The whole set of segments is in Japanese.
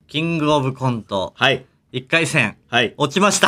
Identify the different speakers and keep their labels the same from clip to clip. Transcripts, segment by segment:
Speaker 1: キングオブコント。
Speaker 2: はい。
Speaker 1: 1回戦。
Speaker 2: はい。
Speaker 1: 落ちました。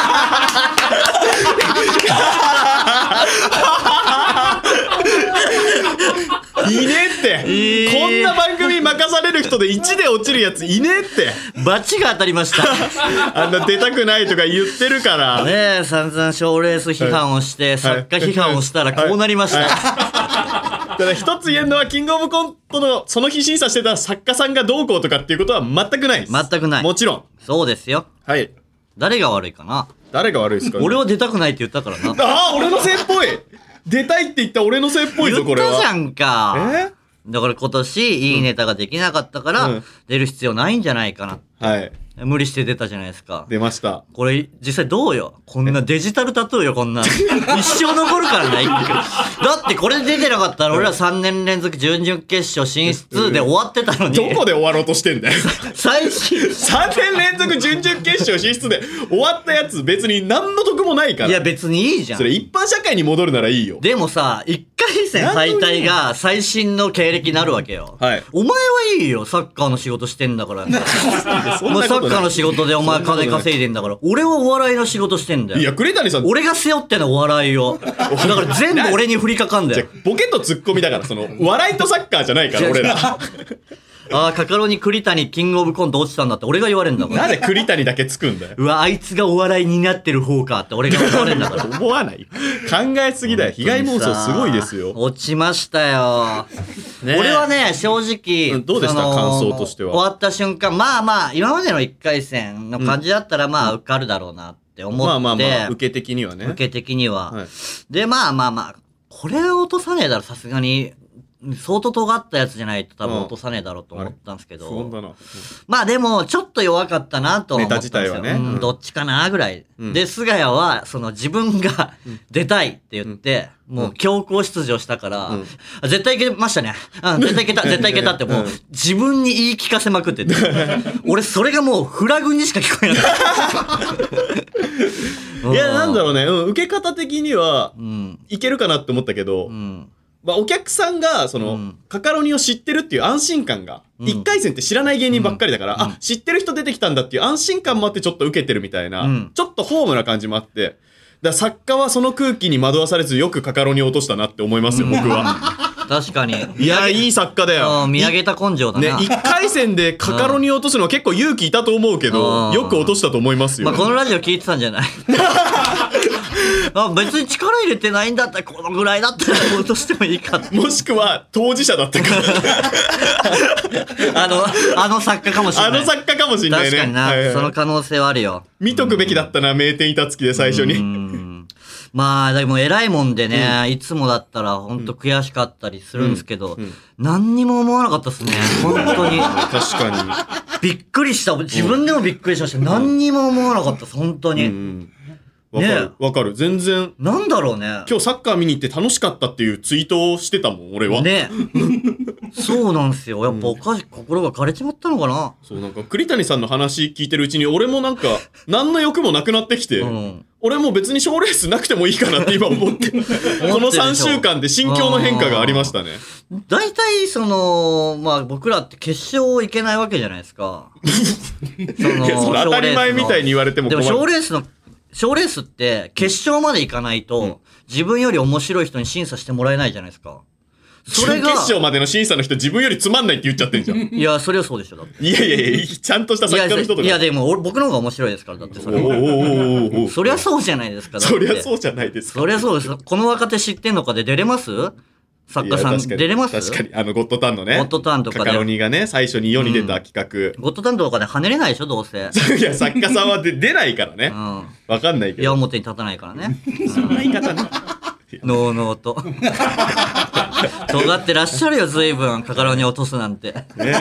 Speaker 2: いねえって、こんな番組任される人で1で落ちるやついねえって。
Speaker 1: バチが当たりました。
Speaker 2: あんな出たくないとか言ってるから
Speaker 1: ねえ、散々賞レース批判をして、作家批判をしたらこうなりました。
Speaker 2: ただ一つ言えるのは、キングオブコントのその日審査してた作家さんがどうこうとかっていうことは全くないです。
Speaker 1: 全くない。
Speaker 2: もちろん。
Speaker 1: そうですよ。
Speaker 2: はい。
Speaker 1: 誰が悪いかな。
Speaker 2: 誰が悪いですかね。
Speaker 1: 俺は出たくないって言ったからな。
Speaker 2: ああ、俺のせいっぽい。出たいって言った俺のせいっぽいぞ、これは。
Speaker 1: 言ったじゃんか。だから今年いいネタができなかったから、出る必要ないんじゃないかな。
Speaker 2: はい。
Speaker 1: 無理して出たじゃないですか。
Speaker 2: 出ました。
Speaker 1: これ実際どうよ。こんなデジタルタトゥーよ、こんな。一生残るからね。だってこれ出てなかったら俺ら3年連続準々決勝進出で終わってたのに。
Speaker 2: どこで終わろうとしてんだよ。
Speaker 1: 最新。
Speaker 2: 3年連続準々決勝進出で終わったやつ別に何の得もないから。
Speaker 1: いや別にいいじゃん。
Speaker 2: それ一般社会に戻るならいいよ。
Speaker 1: でもさ、1回戦敗退が最新の経歴になるわけよ。
Speaker 2: はい。
Speaker 1: お前はいいよ。サッカーの仕事してんだから。お前サッカーの仕事でお前金稼いでんだから。俺はお笑いの仕事してんだよ。
Speaker 2: いや、栗谷さん。
Speaker 1: 俺が背負ってんのお笑いを。だから全部俺に降りかかんだよ。
Speaker 2: ボケとツッコミだから、笑いとサッカーじゃないから、俺ら。
Speaker 1: ああ、カカロニ栗谷キングオブコント落ちたんだって俺が言われんだから。
Speaker 2: なんで栗谷だけつくんだよ。
Speaker 1: うわ、あいつがお笑いになってる方かって俺が言われんだから。
Speaker 2: 思わない。考えすぎだよ。被害妄想すごいですよ。
Speaker 1: 落ちましたよ。ね、俺はね、正直、
Speaker 2: どうでした感想としては。
Speaker 1: 終わった瞬間、まあまあ、今までの1回戦の感じだったらまあ受かるだろうなって思って。まあまあまあ、
Speaker 2: 受け的にはね。
Speaker 1: 受け的には。はい、で、まあまあまあ、これを落とさねえだろ、さすがに。相当尖ったやつじゃないと多分落とさねえだろうと思ったんですけど。
Speaker 2: そうだな。
Speaker 1: まあでも、ちょっと弱かったなと思ったんですよ。ネタ自体はね。どっちかなぐらい。で、菅谷は、自分が出たいって言って、もう強行出場したから、絶対いけましたね。絶対いけた、絶対いけたってもう、自分に言い聞かせまくってて。俺、それがもうフラグにしか聞こえなかった。
Speaker 2: いや、なんだろうね。受け方的には、いけるかなって思ったけど、まあ、お客さんが、カカロニを知ってるっていう安心感が、1回戦って知らない芸人ばっかりだから、あ、知ってる人出てきたんだっていう安心感もあってちょっと受けてるみたいな、ちょっとホームな感じもあって、だから作家はその空気に惑わされずよくカカロニを落としたなって思いますよ、僕は。
Speaker 1: 確かに。
Speaker 2: いや、いい作家だよ。
Speaker 1: 見上げた根性だな。
Speaker 2: ね、1回戦でカカロニを落とすのは結構勇気いたと思うけど、よく落としたと思いますよ。
Speaker 1: まあ、このラジオ聞いてたんじゃない別に力入れてないんだったらこのぐらいだったら落としてもいいかって。
Speaker 2: もしくは当事者だったから
Speaker 1: あの作家かもしれない。
Speaker 2: あの作家かもしれないね。
Speaker 1: 確かにな、はいはい、その可能性はあるよ。
Speaker 2: 見とくべきだったな、名店板付きで最初に。
Speaker 1: まあでも偉いもんでね、いつもだったらほんと悔しかったりするんですけど、何にも思わなかったっすね、本当に。
Speaker 2: 確かに。
Speaker 1: びっくりした。自分でもびっくりしました。何にも思わなかったっす、本当に。
Speaker 2: わかる、わかる。全然。
Speaker 1: なんだろうね。
Speaker 2: 今日サッカー見に行って楽しかったっていうツイートをしてたもん、俺は。
Speaker 1: ね。そうなんすよ。やっぱ心が枯れちまったのかな。
Speaker 2: そう、なんか栗谷さんの話聞いてるうちに俺もなんか、何の欲もなくなってきて、俺も別に賞レースなくてもいいかなって今思って、この3週間で心境の変化がありましたね。
Speaker 1: 大体まあ僕らって決勝行けないわけじゃないですか。
Speaker 2: それ当たり前みたいに言われても困る。
Speaker 1: でも賞レースって決勝まで行かないと、自分より面白い人に審査してもらえないじゃないですか。
Speaker 2: それが準決勝までの審査の人自分よりつまんないって言っちゃってんじゃん。
Speaker 1: いや、それはそうでしょ。だって。
Speaker 2: いやいやいや、ちゃんとした作家の人とか。
Speaker 1: いやでも僕の方が面白いですから、だってそれは。そりゃそうじゃないですか。
Speaker 2: そりゃそうじゃないですか。
Speaker 1: そりゃそうです。この若手知ってんのかで出れます？作家さん出れます？
Speaker 2: 確かに。ゴッドタンのね。
Speaker 1: ゴッドタンとかで。
Speaker 2: カカロニがね、最初に世に出た企画。
Speaker 1: ゴッドタンとかで跳ねれないでしょ、どうせ。
Speaker 2: いや、作家さんは出ないからね。わかんないけど。
Speaker 1: 矢面に立たないからね。
Speaker 2: そんな言い方ね。
Speaker 1: のうのうと。尖ってらっしゃるよ、随分。カカロニ落とすなんて。ね。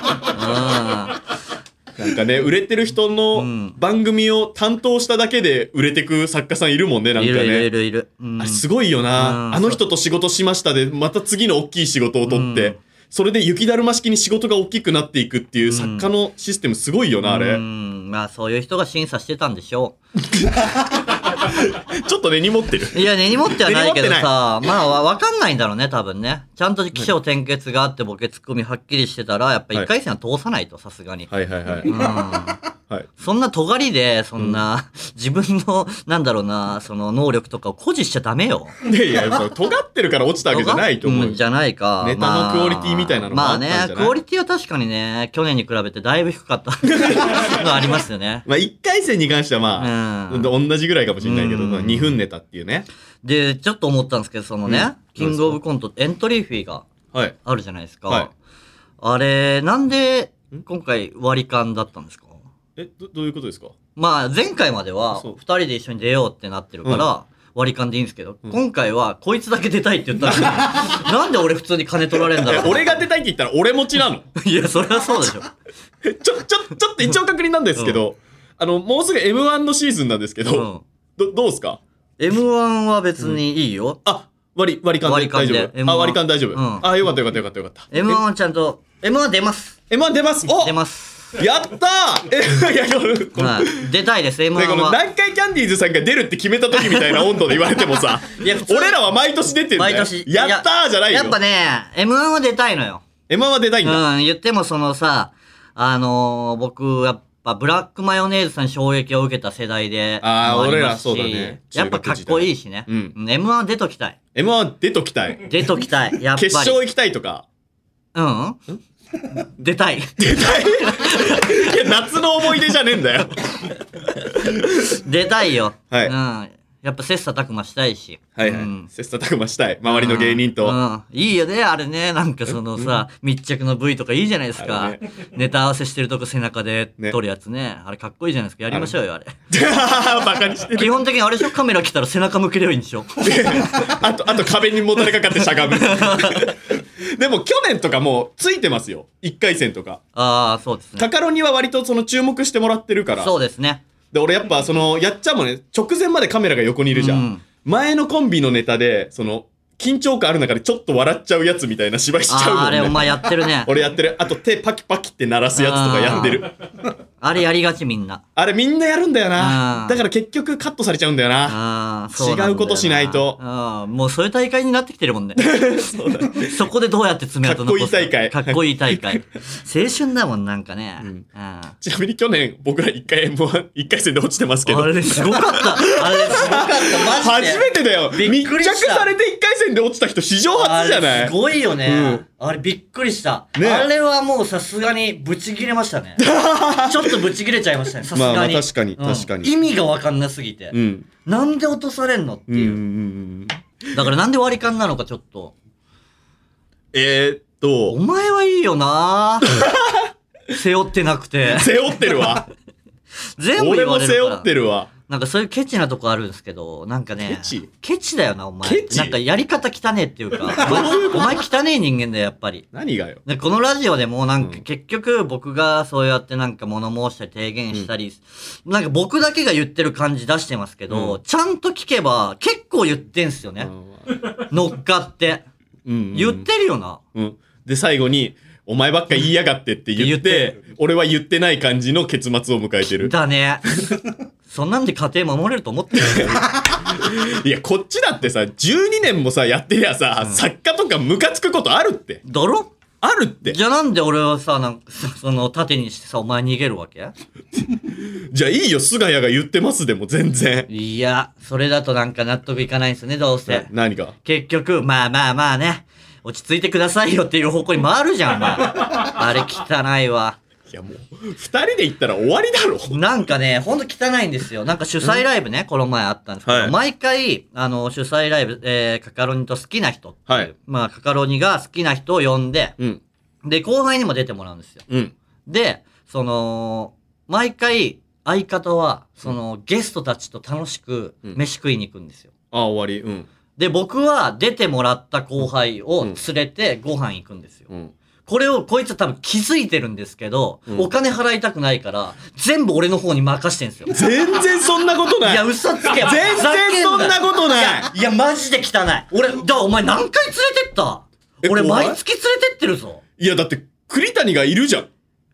Speaker 2: なんかね、売れてる人の番組を担当しただけで売れてく作家さんいるもんね、なんかね。
Speaker 1: いる。
Speaker 2: あれすごいよな。あの人と仕事しましたで、また次の大きい仕事を取って、それで雪だるま式に仕事が大きくなっていくっていう作家のシステムすごいよな、あれ。
Speaker 1: まあそういう人が審査してたんでしょう。
Speaker 2: ちょっと根に持ってる。
Speaker 1: いや、根に持ってはないけどさ、まあ、わかんないんだろうね、多分ね。ちゃんと起承転結があってボケツッコミはっきりしてたら、やっぱ1回戦は通さないと、さすがに。
Speaker 2: はいはいはい。
Speaker 1: はい、そんな尖りで、そんな、自分の、なんだろうな、その能力とかを誇示しちゃダメよ。
Speaker 2: いやいや、尖ってるから落ちたわけじゃないと思う。
Speaker 1: じゃないか。
Speaker 2: ネタのクオリティみたいなのもあったんじゃない？
Speaker 1: まあね、クオリティは確かにね、去年に比べてだいぶ低かったのありますよね。
Speaker 2: まあ1回戦に関してはまあ、同じぐらいかもしれないけど、2分ネタっていうね。
Speaker 1: で、ちょっと思ったんですけど、そのね、キングオブコントエントリーフィーがあるじゃないですか。はい、あれ、なんで今回割り勘だったんですか？
Speaker 2: どういうことですか？
Speaker 1: まあ前回までは2人で一緒に出ようってなってるから割り勘でいいんですけど、今回はこいつだけ出たいって言ったらなんで俺普通に金取られんだろう。
Speaker 2: 俺が出たいって言ったら俺持ちなの？
Speaker 1: いや、それはそうでしょ。
Speaker 2: ちょっと一応確認なんですけど、もうすぐ M1 のシーズンなんですけど、どうすか？
Speaker 1: M1 は別にいいよ。
Speaker 2: 割り勘で大丈夫？割り勘大丈夫？よかった。
Speaker 1: M1 はちゃんと、M1 出ます。
Speaker 2: M1 出ます。
Speaker 1: 出ます。
Speaker 2: やったー！いや、
Speaker 1: 出たいです、M1 は。
Speaker 2: この南海キャンディーズさんが出るって決めた時みたいな温度で言われてもさ、俺らは毎年出てるんだよ。毎年。やったーじゃないよ。
Speaker 1: やっぱね、M1 は出たいのよ。
Speaker 2: M1 は出たいんだ。
Speaker 1: 言ってもそのさ、僕、やっぱブラックマヨネーズさんに衝撃を受けた世代で。
Speaker 2: 俺らそうだね。
Speaker 1: やっぱかっこいいしね。M1 は出ときたい。
Speaker 2: M1 は出ときたい。
Speaker 1: 出ときたい。やっぱり。
Speaker 2: 決勝行きたいとか。
Speaker 1: 出たい。
Speaker 2: 出たい。いや、夏の思い出じゃねえんだよ。
Speaker 1: 出たいよ。
Speaker 2: はい。
Speaker 1: やっぱ切磋琢磨したいし。
Speaker 2: はいはい。切磋琢磨したい。周りの芸人と。
Speaker 1: いいよね、あれね。なんかそのさ、密着の V とかいいじゃないですか。ネタ合わせしてるとこ背中で撮るやつね。あれかっこいいじゃないですか。やりましょうよ、あれ。
Speaker 2: バカにしてる。
Speaker 1: 基本的にあれでしょ、カメラ来たら背中向ければいいんでしょ。
Speaker 2: あと壁にもたれかかってしゃがむ。でも去年とかもうついてますよ。1回戦とか。
Speaker 1: そうですね。
Speaker 2: カカロニは割とその注目してもらってるから。
Speaker 1: そうですね。
Speaker 2: で、俺やっぱやっちゃんもね、直前までカメラが横にいるじゃん。前のコンビのネタで、緊張感ある中でちょっと笑っちゃうやつみたいな芝居しちゃうもんね。
Speaker 1: あれお前やってるね。
Speaker 2: 俺やってる。あと手パキパキって鳴らすやつとかやってる。
Speaker 1: あれやりがちみんな。
Speaker 2: あれみんなやるんだよな。だから結局カットされちゃうんだよな。違うことしないと。
Speaker 1: もうそういう大会になってきてるもんね。そうだ。そこでどうやって爪痕残すか。かっこいい大会。青春だもんなんかね。
Speaker 2: ちなみに去年僕ら1回 M1 1回戦で落ちてますけど。
Speaker 1: あれすごかった。あれすごかったマジで。
Speaker 2: 初めてだよ。密着されて1回戦で落ちた人史上初じゃない？
Speaker 1: すごいよね。あれびっくりした。あれはもうさすがにブチ切れましたね。ちょっとブチ切れちゃいましたね。さすがに。
Speaker 2: まあ確かに確かに。
Speaker 1: 意味がわかんなすぎて。なんで落とされんのっていう。だからなんで割り勘なのかちょっと。お前はいいよな。背負ってなくて。
Speaker 2: 背負ってるわ。
Speaker 1: 全部言われるから。
Speaker 2: 俺も背負ってるわ。
Speaker 1: なんかそういうケチなとこあるんですけど、なんかね。ケチだよな、お前。なんかやり方汚ねえっていうか。お前汚ねえ人間だよ、やっぱり。
Speaker 2: 何がよ。
Speaker 1: で、このラジオでもなんか結局僕がそうやってなんか物申したり提言したり、なんか僕だけが言ってる感じ出してますけど、ちゃんと聞けば結構言ってんすよね。乗っかって。言ってるよな。
Speaker 2: で、最後に、お前ばっか言いやがってって言って、俺は言ってない感じの結末を迎えてる。
Speaker 1: だね。そんなんで家庭守れると思ってる。
Speaker 2: いや、こっちだってさ、12年もさ、やってりゃさ、作家とかムカつくことあるって。
Speaker 1: だろ？
Speaker 2: あるって。
Speaker 1: じゃあなんで俺はさ、なんか、盾にしてさ、お前逃げるわけ？
Speaker 2: じゃあいいよ、菅谷が言ってますでも全然。
Speaker 1: いや、それだとなんか納得いかないんですよね、どうせ。
Speaker 2: 何が？
Speaker 1: 結局、まあね、落ち着いてくださいよっていう方向に回るじゃん、お前。あれ汚いわ。
Speaker 2: いやもう、2人で行ったら終わりだろ。
Speaker 1: なんかね、ほんと汚いんですよ。なんか主催ライブね、この前あったんですけど、毎回、主催ライブ、カカロニと好きな人っていう、まあ、カカロニが好きな人を呼んで、で、後輩にも出てもらうんですよ。で、毎回、相方は、ゲストたちと楽しく飯食いに行くんですよ。
Speaker 2: 終わり。
Speaker 1: で、僕は出てもらった後輩を連れてご飯行くんですよ。これをこいつは多分気づいてるんですけど、お金払いたくないから、全部俺の方に任してんすよ。
Speaker 2: 全然そんなことない。
Speaker 1: いや、嘘つけ。
Speaker 2: 全然そんなことない。
Speaker 1: いや、マジで汚い。お前何回連れてった？俺毎月連れてってるぞ。
Speaker 2: いや、だって、栗谷がいるじゃん。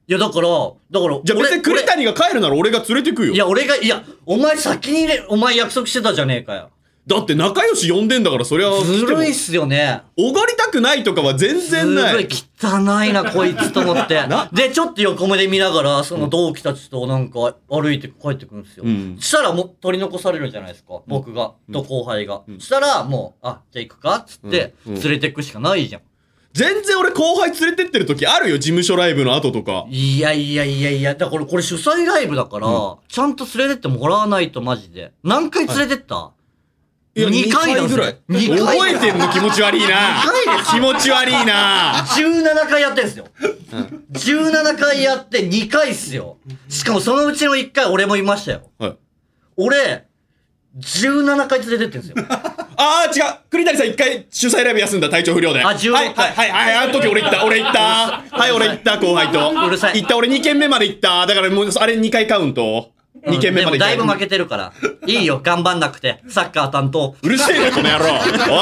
Speaker 1: いやだから
Speaker 2: じゃあ別に栗谷が帰るなら俺が連れてくよ。
Speaker 1: いやお前先にお前約束してたじゃねえかよ。
Speaker 2: だって仲良し呼んでんだからそりゃ
Speaker 1: ずるいっすよね。
Speaker 2: おごりたくないとかは全然ない。
Speaker 1: すごい汚いなこいつと思ってでちょっと横目で見ながらその同期たちとなんか歩いて帰ってくるんですよ、したらもう取り残されるじゃないですか、僕がと後輩が、したらもうじゃあ行くかっつって連れてくしかないじゃん。
Speaker 2: 全然俺後輩連れてってる時あるよ、事務所ライブの後とか。
Speaker 1: いやだからこれ主催ライブだから、ちゃんと連れてってもらわないと。マジで何回連れてった、
Speaker 2: いや2回ぐらい。覚えてんの気持ち悪いな。気持ち悪いな。
Speaker 1: 17回やってんすよ。17回やって2回っすよ。しかもそのうちの1回俺もいましたよ。俺、17回連れてってんすよ。
Speaker 2: 違う。栗谷さん1回主催ライブ休んだ、体調不良で。
Speaker 1: 16回。
Speaker 2: あの時俺行った。俺行った、後輩と。
Speaker 1: うるさい。
Speaker 2: 行った、俺2軒目まで行った。だからもう、あれ2回カウント。2軒目まで行った。
Speaker 1: でもだいぶ負けてるから。いいよ、頑張んなくて。サッカー担当。
Speaker 2: うるせえな、この野郎。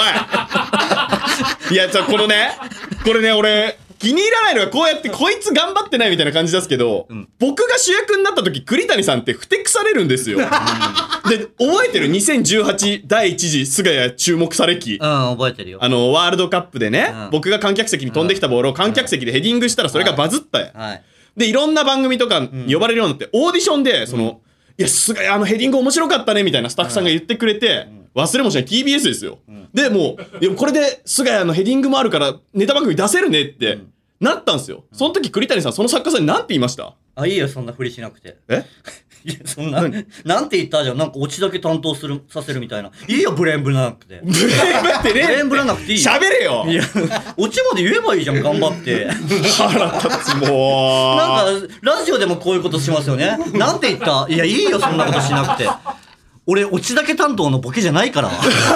Speaker 2: おい。いや、これね、俺、気に入らないのがこうやってこいつ頑張ってないみたいな感じですけど、僕が主役になった時栗谷さんってふてくされるんですよ。で、覚えてる ?2018 第1次菅谷注目され期。
Speaker 1: 覚えてるよ。
Speaker 2: ワールドカップでね、僕が観客席に飛んできたボールを観客席でヘディングしたらそれがバズったや。で、いろんな番組とかに呼ばれるようになって、オーディションで、いや、菅谷ヘディング面白かったねみたいなスタッフさんが言ってくれて、忘れもしない TBS ですよ。で、もう、これで菅谷のヘディングもあるからネタ番組出せるねってなったんですよ。その時栗谷さん、その作家さんに何て言いました？
Speaker 1: いいよ、そんなふりしなくて。いや、そんな、なんて言ったじゃん。なんかオチだけ担当させるみたいな。いいよ、ブレンブらなくて。
Speaker 2: ブレンブってね。
Speaker 1: ブレンブらなくていい。
Speaker 2: 喋れよ。
Speaker 1: いや、オチまで言えばいいじゃん、頑張って。
Speaker 2: 腹立つ、もう。
Speaker 1: なんか、ラジオでもこういうことしますよね。なんて言った？いや、いいよ、そんなことしなくて。俺、オチだけ担当のボケじゃないから。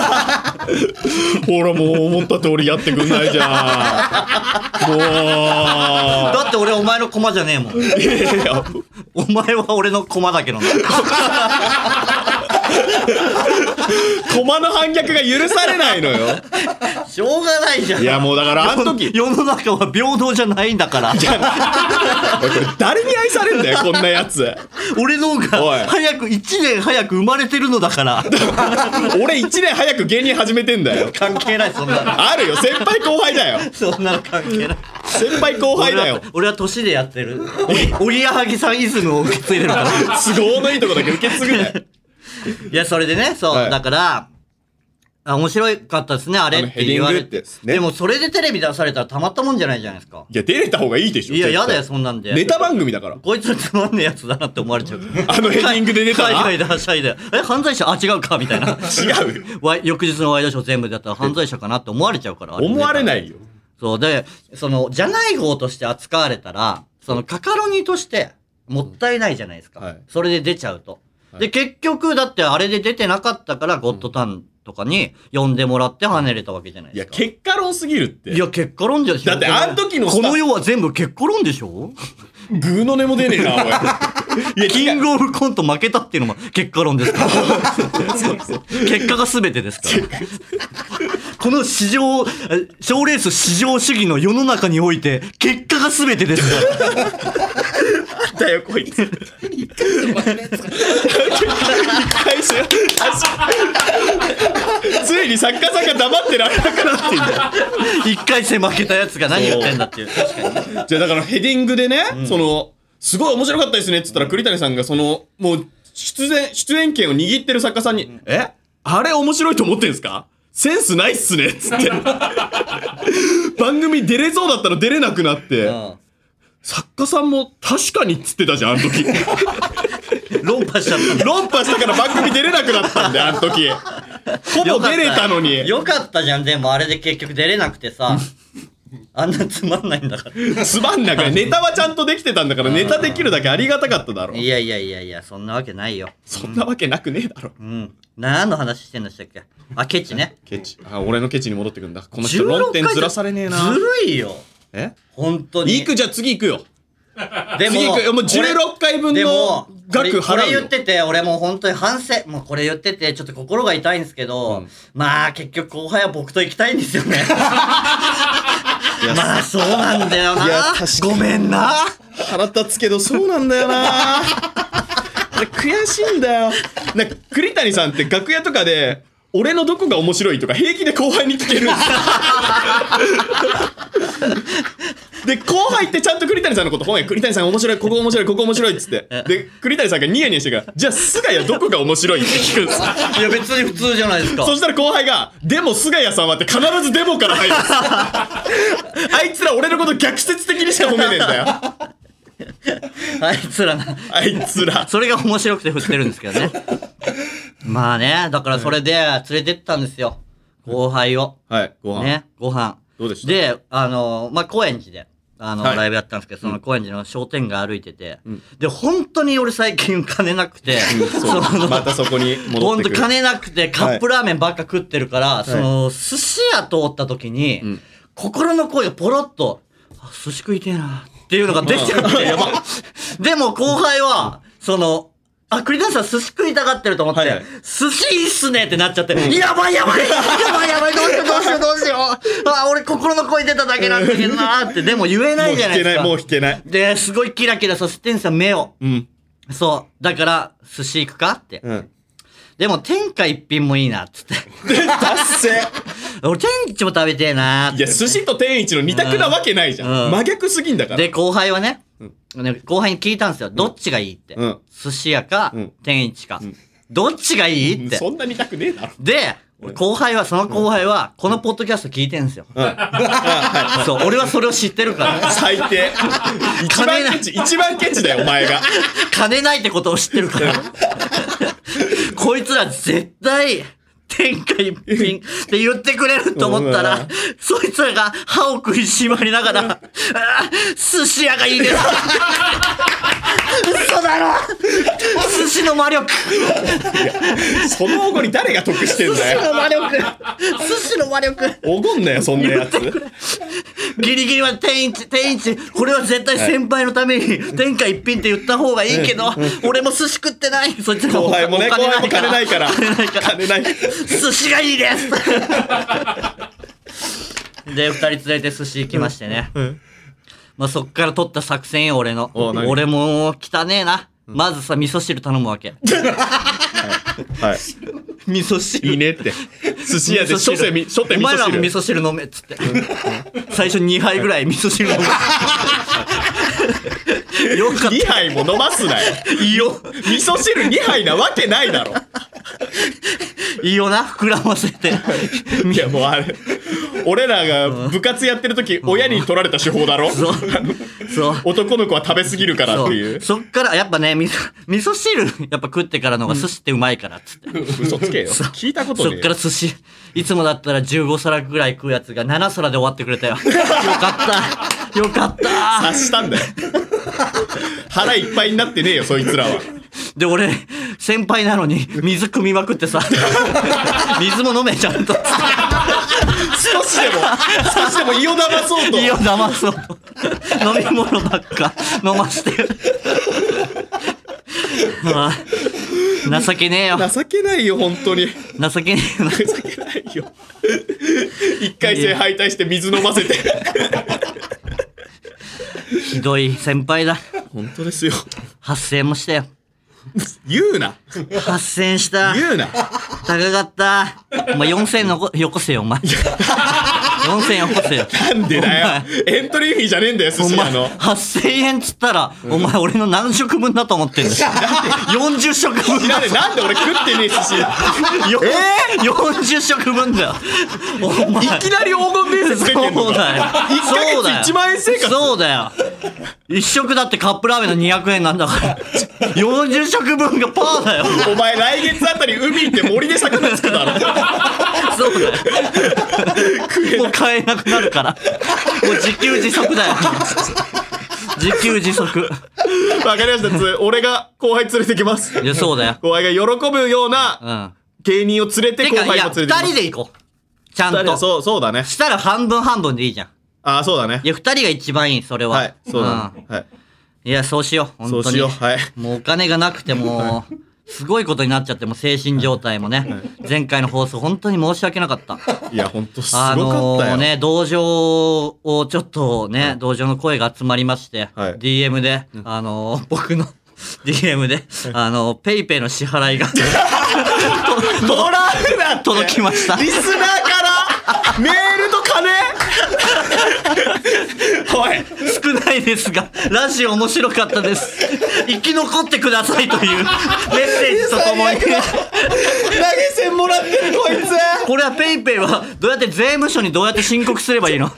Speaker 2: ほら、もう思った通りやってくんないじゃん。もう。
Speaker 1: だって俺お前の駒じゃねえもん。いやお前は俺の駒だけどな。
Speaker 2: 駒の反逆が許されないのよ。
Speaker 1: しょうがないじゃん。
Speaker 2: いやもうだからあの時
Speaker 1: 世の中は平等じゃないんだから。これ
Speaker 2: 誰に愛されんだよこんなやつ。
Speaker 1: 俺の方が1年早く生まれてるのだから。
Speaker 2: 俺1年早く芸人始めてんだよ。
Speaker 1: 関係ない、そんなの。
Speaker 2: あるよ、先輩後輩だよ。
Speaker 1: そんなの関係ない。
Speaker 2: 先輩後輩だよ。
Speaker 1: 俺は年でやってる。おぎやはぎさんイズムを受け継いでるから。
Speaker 2: 都合のいいとこだけ受け継ぐね。
Speaker 1: いや、それでね、だから、面白かったですね、あれって言われて。でも、それでテレビ出されたらたまったもんじゃないじゃないですか。
Speaker 2: いや、出れた方がいいでしょ。
Speaker 1: いや、やだよ、そんなんで。
Speaker 2: ネタ番組だから。
Speaker 1: こいつつまんねえやつだなって思われちゃう。
Speaker 2: ヘディングで出たら
Speaker 1: 海外ではしゃいで、犯罪者違うかみたいな。
Speaker 2: 違う。
Speaker 1: 翌日のワイドショー全部でやったら犯罪者かなって思われちゃうから。
Speaker 2: 思われないよ。
Speaker 1: そうで、じゃない方として扱われたら、カカロニとしてもったいないじゃないですか。それで出ちゃうと。で、結局、だってあれで出てなかったから、ゴッドタンとかに呼んでもらって跳ねれたわけじゃないですか。
Speaker 2: いや、結果論すぎるって。
Speaker 1: いや、結果論じゃ
Speaker 2: だってあの時の
Speaker 1: この世は全部結果論でしょ？
Speaker 2: グーの音も出ねえな、おい。
Speaker 1: いや、キングオブコント負けたっていうのも結果論ですから。結果が全てですから。この賞レース至上主義の世の中において、結果が全てですから。
Speaker 2: なんだよ、こいつ。一回しよ。ついに作家さんが黙ってられなくなってんだよ。
Speaker 1: 一回戦負けたやつが何言ってんだっていう。確かに。
Speaker 2: じゃあだからヘディングでね、すごい面白かったですねっつったら栗谷さんがもう出演権を握ってる作家さんに、あれ面白いと思ってんすか？センスないっすねっつって。番組出れそうだったら出れなくなって、作家さんも確かにっつってたじゃん、あの時。
Speaker 1: 論破しちゃった。
Speaker 2: 論破したから番組出れなくなったんだよ、あの時。ほぼ出れたのに。
Speaker 1: よかったじゃん、でもあれで結局出れなくてさ。あんなつまんないんだから。
Speaker 2: つまんなくない。ネタはちゃんとできてたんだから、ネタできるだけありがたかっただろ。
Speaker 1: いや、そんなわけないよ。
Speaker 2: そんなわけなくねえだろ。
Speaker 1: 何の話してんのしたっけ？ケチね。
Speaker 2: ケチ。俺のケチに戻ってくんだ。この人論点ずらされねえな。
Speaker 1: ずるいよ。本当に。
Speaker 2: じゃあ次行くよ。
Speaker 1: でも、
Speaker 2: もう16回分の額払うよ。
Speaker 1: これ言ってて、俺もう本当に反省、もうこれ言ってて、ちょっと心が痛いんですけど、まあ結局後輩は僕と行きたいんですよね。 まあそうなんだよな。ごめんな。
Speaker 2: 腹立つけどそうなんだよな。悔しいんだよ。なんか栗谷さんって楽屋とかで俺のどこが面白いとか平気で後輩に聞けるんですよ。で後輩ってちゃんと栗谷さんのこと本や栗谷さん面白いここ面白いここ面白いっつってで栗谷さんがニヤニヤしてからじゃあ菅谷どこが面白いって聞くんですよ。
Speaker 1: いや別に普通じゃないですか。
Speaker 2: そしたら後輩がでも菅谷さんはって必ずデモから入るんですあいつら俺のこと逆説的にしか褒めねえんだよ。
Speaker 1: あいつらな。
Speaker 2: あいつら
Speaker 1: それが面白くて振ってるんですけどね。まあね、だからそれで連れてったんですよ、後輩を。
Speaker 2: はい、ご飯。
Speaker 1: ね、ご飯。
Speaker 2: どうでした？
Speaker 1: で、まあ、高円寺で、はい、ライブやったんですけど、その高円寺の商店街歩いてて、で、本当に俺最近金なくて、
Speaker 2: またそこに戻ってくる。
Speaker 1: 本当金なくて、カップラーメンばっか食ってるから、その、寿司屋通った時に、心の声がポロッと、寿司食いてえな、っていうのが出てるって。でも後輩は、その、栗谷さん寿司食いたがってると思って、寿司いいっすねってなっちゃって、やばいやばいどうしよう俺心の声出ただけなんだけどなーって、でも言えないじゃないですか。
Speaker 2: もう弾けない。
Speaker 1: で、すごいキラキラさせてんすよ、目を。そう。だから、寿司行くかって。でも、天下一品もいいな、っつって。
Speaker 2: 達成
Speaker 1: 俺、天一も食べてえなーって。
Speaker 2: いや、寿司と天一の二択なわけないじゃん。真逆すぎんだから。
Speaker 1: で、後輩はね、後輩に聞いたんですよ。どっちがいいって。寿司屋か、天一か。どっちがいいって。
Speaker 2: そんな二択ねえだろ。
Speaker 1: で、その後輩は、このポッドキャスト聞いてんすよ。そう、俺はそれを知ってるから。
Speaker 2: 最低。一番ケチだよ、お前が。
Speaker 1: 金ないってことを知ってるから。こいつら絶対、天下一品って言ってくれると思ったら、そいつらが歯を食いしばりながら、寿司屋がいいです。嘘だろ。寿司の魔力。
Speaker 2: そのおごり誰が得してんだよ。
Speaker 1: 寿司の魔力。寿司の魔力。
Speaker 2: おごんなよ、そんなやつ。
Speaker 1: ギリギリは天一、これは絶対先輩のために天下一品って言った方がいいけど、俺も寿司食ってない。そいつ
Speaker 2: 後輩もね、後輩も金ないから。金ない。
Speaker 1: 寿司がいいですで、二人連れて寿司行きましてね。まあそっから取った作戦よ、俺の。俺も汚ねえな。まずさ、味噌汁頼むわけ。
Speaker 2: はい。
Speaker 1: 味噌汁。
Speaker 2: いいねって。寿司屋で初手味噌汁。
Speaker 1: お前らも味噌汁飲めっつって。最初2杯ぐらい味噌汁飲め。よかった。
Speaker 2: 2杯も飲ますなよ。
Speaker 1: いいよ。
Speaker 2: 味噌汁2杯なわけないだろ。
Speaker 1: いいよな、膨らませて。
Speaker 2: いやもうあれ、俺らが部活やってる時、親に取られた手法だろ。そう。男の子は食べ過ぎるからっていう。
Speaker 1: そっからやっぱね、味噌汁やっぱ食ってからの方が寿司ってうまいからっつって。
Speaker 2: 嘘つけよ。聞いたことねえ。
Speaker 1: そっから寿司、いつもだったら15皿ぐらい食うやつが7皿で終わってくれたよ。よかった。よかった。
Speaker 2: 察したんだよ。腹いっぱいになってねえよ、そいつらは。
Speaker 1: で、俺、先輩なのに水汲みまくってさ、水も飲めちゃんと。
Speaker 2: 少しでも胃を騙そうと。
Speaker 1: 胃を騙そうと。飲み物ばっか飲まして。まあ、情けねえよ。
Speaker 2: 情けないよ、本当に。
Speaker 1: 情けねえよ。
Speaker 2: 情けないよ。一回戦敗退して水飲ませて。
Speaker 1: ひどい先輩だ。
Speaker 2: 本当ですよ。
Speaker 1: 8000円もしたよ。
Speaker 2: 言うな。
Speaker 1: 8000円した。
Speaker 2: 言うな。
Speaker 1: 高かった。お前4000円よこせよ、お前。4000円よこせよ。
Speaker 2: なんでだよ。エントリーフィーじゃねえんだよ、寿司屋の。
Speaker 1: 8000円つったら、お前俺の何食分だと思ってんだよ。40食分だ。
Speaker 2: なんで俺食ってねえ寿司。
Speaker 1: 40食分だよ。
Speaker 2: いきなり黄金伝説出てんのか。
Speaker 1: そうだよ。
Speaker 2: 1ヶ月1万円生活。
Speaker 1: そうだよ。1食だってカップラーメンの200円なんだから。40食分がパーだよ。
Speaker 2: お前来月あたり海行って森で魚つくだろ。
Speaker 1: そうだよ。もう買えなくなるから。もう自給自足だよ。自給自足。
Speaker 2: わかりました。俺が後輩連れてきます。
Speaker 1: いや、そうだよ。
Speaker 2: 後輩が喜ぶような芸人を連れて後輩も連れてきます。
Speaker 1: 2人で行こう。ちゃんと。
Speaker 2: そうだね。
Speaker 1: したら半分半分でいいじゃん。
Speaker 2: ああ、そうだね。
Speaker 1: いや、2人が一番いい、それは。
Speaker 2: はい、そうだね。はい。
Speaker 1: いや、そうしよう。本当に。
Speaker 2: そうしよう。はい。
Speaker 1: もうお金がなくても、 すごいことになっちゃって、もう精神状態もね、前回の放送本当に申し訳なかった。
Speaker 2: いや、本当すごかったよ。
Speaker 1: ね、同情をちょっとね、同情の声が集まりまして、DM で、僕のDM で、ペイペイの支払いが
Speaker 2: もらうなって
Speaker 1: 届きました。
Speaker 2: リスナーからメールと金おい、
Speaker 1: 少ないですが、ラジオ面白かったです。生き残ってくださいというメッセージとともに。投げ
Speaker 2: 銭もらってるこいつ。
Speaker 1: これはペイペイはどうやって税務署にどうやって申告すればいいの？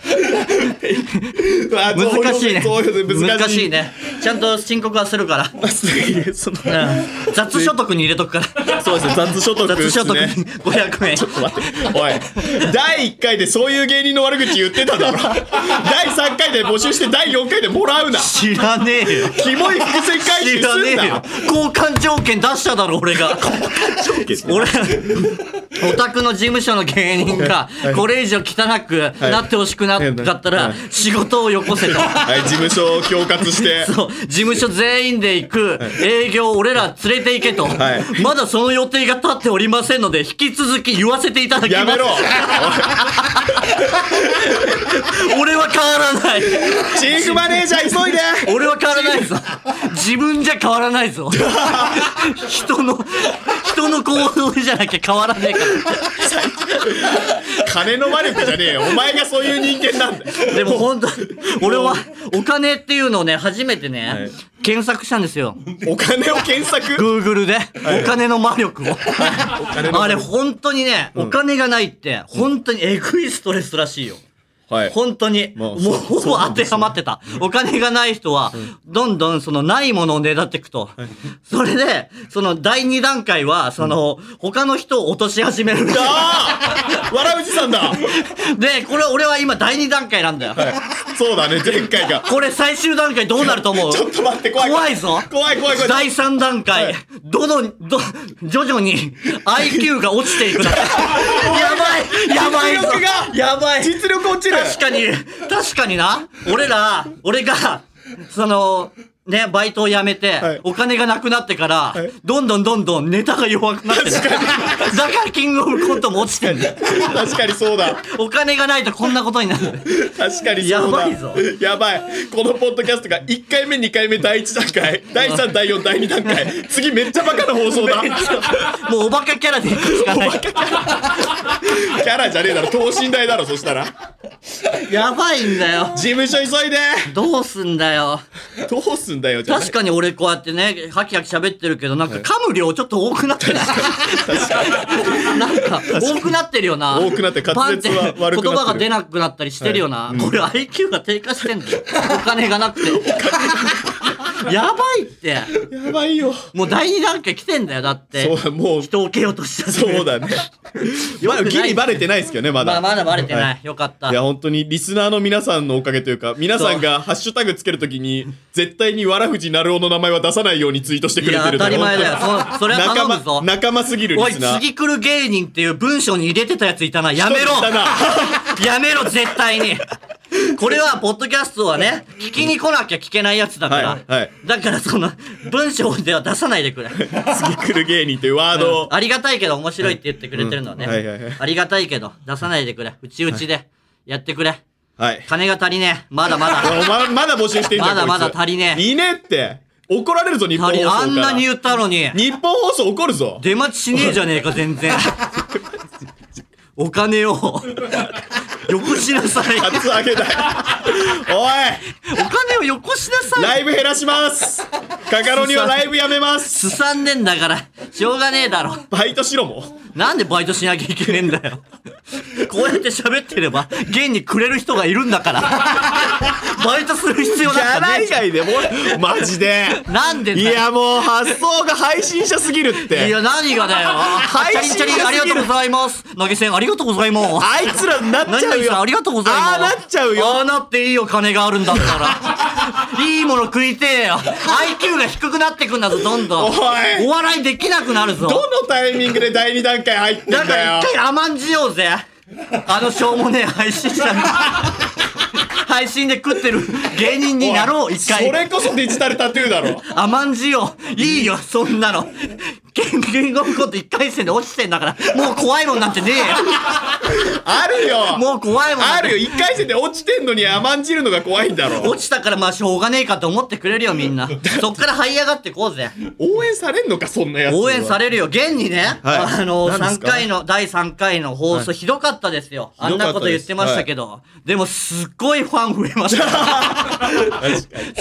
Speaker 1: 難しいね。難しいね。ちゃんと申告はするから。雑所得に入れとくから。
Speaker 2: そうですね、雑所得ですね。
Speaker 1: 雑所得に500円。
Speaker 2: ちょっと待って。おい、第1回でそういう芸人の悪口言ってただろ。第3回で募集して第4回でもらうな。
Speaker 1: 知らねえよ。
Speaker 2: キモい伏線回収すんなよ。
Speaker 1: 交換条件出しただろ俺が。俺オタクの事務所の芸人がこれ以上汚くなってほしくなかったら仕事をよこせと。
Speaker 2: はい、事務所を恐喝して。
Speaker 1: そう、事務所全員で行く営業俺ら連れて行けと。まだその予定が立っておりませんので引き続き言わせていただきます。
Speaker 2: やめろ。
Speaker 1: 俺は変わらない。
Speaker 2: チーフマネージャー急いで。
Speaker 1: 俺は変わらないぞ。自分じゃ変わらないぞ。人の行動じゃなきゃ変わらねえから。
Speaker 2: 金の魔力じゃねえよ。お前がそういう人間なんだよ。
Speaker 1: でも本当俺はお金っていうのをね初めてね、検索したんですよ。
Speaker 2: お金を検索？
Speaker 1: Google で、お金の魔力を。あれ本当にね、お金がないって本当にエグいストレスらしいよ。本当に、もうほぼ当てはまってた。お金がない人は、どんどんそのないものをねだっていくと。それで、その第2段階は、その、他の人を落とし始める。
Speaker 2: わらうじさんだ。
Speaker 1: で、これ俺は今第2段階なんだよ。
Speaker 2: そうだね、前回が。
Speaker 1: これ最終段階どうなると思う？
Speaker 2: ちょっと待って、怖いぞ。怖い。
Speaker 1: 第3段階、徐々に IQ が落ちていくな。やばいぞ。やばい。
Speaker 2: 実力落ちる。
Speaker 1: 確かにな。俺が、その、ね、バイトを辞めて、お金がなくなってから、どんどんネタが弱くなってる。だからキングオブコントも落ちてんだよ。
Speaker 2: 確かにそうだ。
Speaker 1: お金がないとこんなことになる。
Speaker 2: 確かにそうだ。
Speaker 1: やばいぞ。
Speaker 2: やばい。このポッドキャストが1回目、2回目、第1段階、第3、第4、第2段階。次めっちゃバカな放送だ。
Speaker 1: もうおバカキャラでいくしかない。
Speaker 2: キャラじゃねえだろ。等身大だろ、そしたら。
Speaker 1: やばいんだよ。
Speaker 2: 事務所急いで。
Speaker 1: どうすんだよ。確かに俺こうやってね、ハキハキ喋ってるけど、なんか噛む量ちょっと多くなってない？なんか多くなってるよな。
Speaker 2: 多くなって滑舌は悪くなってる。
Speaker 1: 言葉が出なくなったりしてるよな。これ IQ が低下してんだよ。お金がなくて。やばいって。
Speaker 2: やばいよ。
Speaker 1: もう第2段階来てんだよ、だって。
Speaker 2: そう、もう。
Speaker 1: 人を受けようとした。
Speaker 2: そうだね。ギリバレてないですけどね、まだ。
Speaker 1: まだバレてない。よかった。
Speaker 2: いや、本当にリスナーの皆さんのおかげというか、皆さんがハッシュタグつけるときに、絶対にわらふじなるおの名前は出さないようにツイートしてくれてる。
Speaker 1: 当たり前だよ。それは頼むぞ。
Speaker 2: 仲間すぎるリスナー。
Speaker 1: おい、次来る芸人っていう文章に入れてたやついたな。やめろ。やめろ、絶対に。これはポッドキャストはね、聞きに来なきゃ聞けないやつだから、だからその文章では出さないでくれ。
Speaker 2: 次来る芸人というワードを、
Speaker 1: ありがたいけど面白いって言ってくれてるのはね、ありがたいけど出さないでくれ。うちでやってくれ。金が足りねえ。まだまだ
Speaker 2: まだ募集してんじゃん。
Speaker 1: まだ足りねえ。
Speaker 2: いいねって。怒られるぞ、日本放送から。
Speaker 1: あんなに言ったのに。
Speaker 2: 日本放送怒るぞ。
Speaker 1: 出待ちしねえじゃねえか、全然。お金をよこしなさい。
Speaker 2: カツアゲだよ。おい、
Speaker 1: お金をよこしなさい。
Speaker 2: ライブ減らします。カカロニはライブやめます。
Speaker 1: すさんでんだからしょうがねえだろ。
Speaker 2: バイトしろも。
Speaker 1: なんでバイトしなきゃいけねえんだよ。こうやって喋ってれば現にくれる人がいるんだから。バイトする必要なんかねえ。
Speaker 2: ギャラ以外でもマジで。
Speaker 1: なんでだよ。
Speaker 2: いやもう発想が配信者すぎるって。
Speaker 1: いや何がだよ。
Speaker 2: 配信者すぎる。
Speaker 1: チャリンチャリンありがとうございます。投げ銭ありがとうございます。
Speaker 2: あいつらなっちゃうよ。
Speaker 1: ありがとうございます。
Speaker 2: ああなっちゃうよ。
Speaker 1: ああなっていいよ、金があるんだったら。いいもの食いてえよ。IQ が低くなってくんだぞ、どんどん。お笑いできなくなるぞ。
Speaker 2: どのタイミングで第2段階入ってんだよ。
Speaker 1: だから一回甘んじようぜ。しょうもねえ配信者に。配信で食ってる芸人になろう、一回。
Speaker 2: それこそデジタルタトゥーだろ。
Speaker 1: 甘んじよう。いいよ、そんなの。 キングオブコント1回戦で落ちてんだから、もう怖いもんなんてねえよ。
Speaker 2: あるよ。
Speaker 1: もう怖いもん
Speaker 2: あるよ。1回戦で落ちてんのに甘んじるのが怖いんだろ。
Speaker 1: 落ちたからまあしょうがねえかと思ってくれるよみんな。そっから這い上がってこうぜ。
Speaker 2: 応援されんのかそんなやつ。
Speaker 1: 応援されるよ。現にね、
Speaker 2: はい、
Speaker 1: 第3回の放送ひどかったですよ。あんなこと言ってましたけど、でもすっごいファン増えました。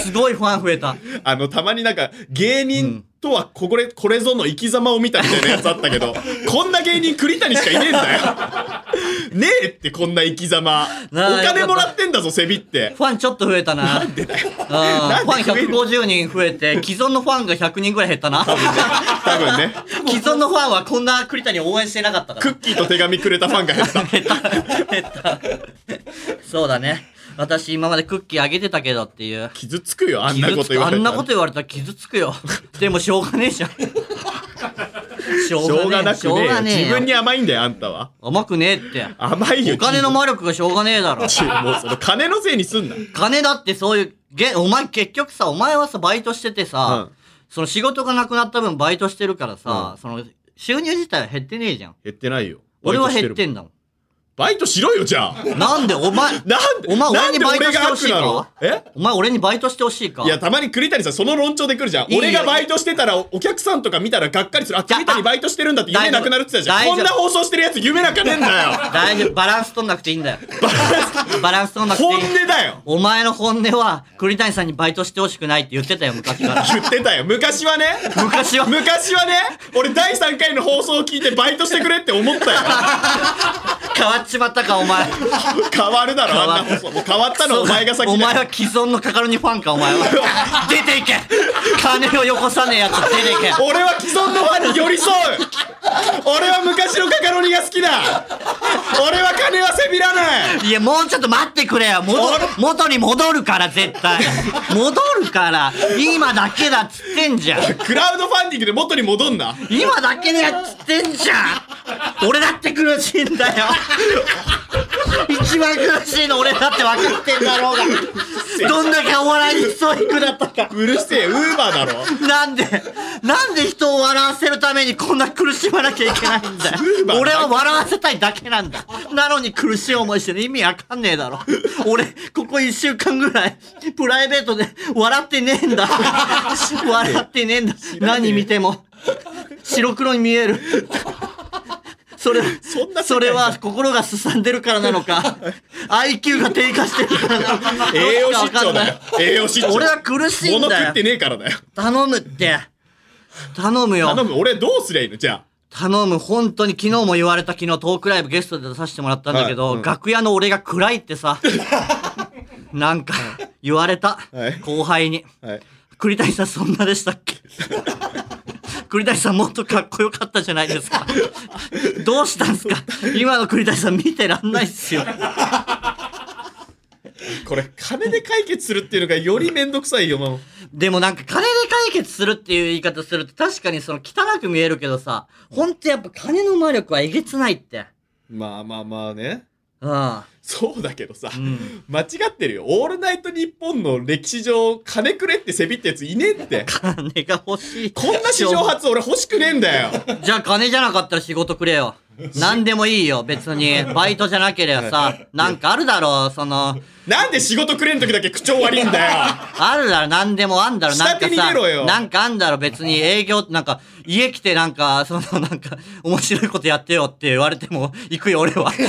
Speaker 1: すごいファン増えた。
Speaker 2: たまになんか芸人とはこれぞの生き様を見たみたいなやつあったけど、こんな芸人栗谷しかいねえんだよ。ねえってこんな生き様。お金もらってんだぞ、セビって。
Speaker 1: ファンちょっと増えたな。
Speaker 2: なんでだよ。
Speaker 1: ファン150人増えて、既存のファンが100人ぐらい減ったな。
Speaker 2: 多分ね。
Speaker 1: 既存のファンはこんな栗谷を応援してなかったから。
Speaker 2: クッキーと手紙くれたファンが減った。
Speaker 1: 減った。そうだね。私今までクッキーあげてたけどっていう。
Speaker 2: 傷つくよ、あんなこと言われたら。
Speaker 1: あんなこと言われたら傷つくよ。でもしょうがねえじゃん。しょうがなくねえ。
Speaker 2: 自分に甘いんだよ、あんたは。
Speaker 1: 甘くねえって。
Speaker 2: 甘いよ。
Speaker 1: お金の魔力がしょうがねえだろ。
Speaker 2: もうその金のせいにすんな。
Speaker 1: 金だってそういう、お前結局さ、お前はさ、バイトしててさ、その仕事がなくなった分バイトしてるからさ、その収入自体は減ってねえじゃん。
Speaker 2: 減ってないよ。
Speaker 1: 俺は減ってんだもん。
Speaker 2: バイトしろよ、じゃあ。
Speaker 1: なんでお前俺にバイトしてほしいか？お前俺にバイトしてほしいか？
Speaker 2: いや、たまに栗谷さんその論調で来るじゃん。俺がバイトしてたらお客さんとか見たらがっかりする。あ、栗谷バイトしてるんだって夢なくなるって言ってたじゃん。こんな放送してるやつ夢なんかねえんだよ。
Speaker 1: 大丈夫、バランス取んなくていいんだよ。バランス取んなくていい。
Speaker 2: 本音だよ。
Speaker 1: お前の本音は栗谷さんにバイトしてほしくないって言ってたよ、昔から。
Speaker 2: 言ってたよ。昔はね。昔はね。俺第3回の放送を聞いてバイトしてくれって思ったよ。
Speaker 1: 変わっちまったか、お前。
Speaker 2: 変わるだろ、あんな放送。もう変わったのお前が先だよ。
Speaker 1: お前は既存のカカロニファンか、お前は。出ていけ。金をよこさねえやつ出ていけ。
Speaker 2: 俺は既存のファンに寄り添う。俺は昔のカカロニが好きだ。俺は金はせびらない。
Speaker 1: いや、もうちょっと待ってくれよ。元に戻るから、絶対。戻るから。今だけだっつってんじゃん。
Speaker 2: クラウドファンディングで元に戻んな。
Speaker 1: 今だけでやっつってんじゃん。俺だって苦しいんだよ。一番苦しいの俺だって分かってんだろうが。どんだけお笑いにストイックだったか。
Speaker 2: うるせえ、ウーバーだろ。
Speaker 1: なんで人を笑わせるためにこんな苦しまなきゃいけないんだよ。俺は笑わせたいだけなんだ。なのに苦しい思いしてる意味わかんねえだろ。俺ここ1週間ぐらいプライベートで笑ってねえんだ。笑ってねえんだ。何見ても白黒に見える。それは心がすさんでるからなのか、IQ が低下してるからなのか。
Speaker 2: 栄養失調だよ。栄養失調。
Speaker 1: 俺は苦しいんだよ。
Speaker 2: 物食ってねえからだよ。
Speaker 1: 頼むって。頼むよ。
Speaker 2: 頼む。俺どうすりゃいいのじゃあ。
Speaker 1: 頼む。本当に昨日も言われた。昨日トークライブゲストで出させてもらったんだけど、楽屋の俺が暗いってさ、なんか言われた。後輩に。栗谷さんそんなでしたっけ？栗谷さんもっとかっこよかったじゃないですか。どうしたんすか？今の栗谷さん見てらんないっすよ。
Speaker 2: これ金で解決するっていうのがよりめんどくさいよ、もう。
Speaker 1: でもなんか金で解決するっていう言い方すると確かにその汚く見えるけどさ、ほんとやっぱ金の魔力はえげつないって。
Speaker 2: まあね。
Speaker 1: ああ。
Speaker 2: そうだけどさ、間違ってるよ。オールナイトニッポンの歴史上、金くれってせびったやついねえって。
Speaker 1: 金が欲しい。
Speaker 2: こんな史上初俺欲しくねえんだよ。
Speaker 1: じゃあ金じゃなかったら仕事くれよ。なんでもいいよ、別に。バイトじゃなければさ、なんかあるだろう、その。
Speaker 2: なんで仕事くれん時だけ口調悪いんだよ。
Speaker 1: あるだろ、なんでもあんだろ、なんかさ。
Speaker 2: よ
Speaker 1: なんかあんだろ、別に営業、なんか、家来てなんか、なんか、面白いことやってよって言われても、行くよ、俺は。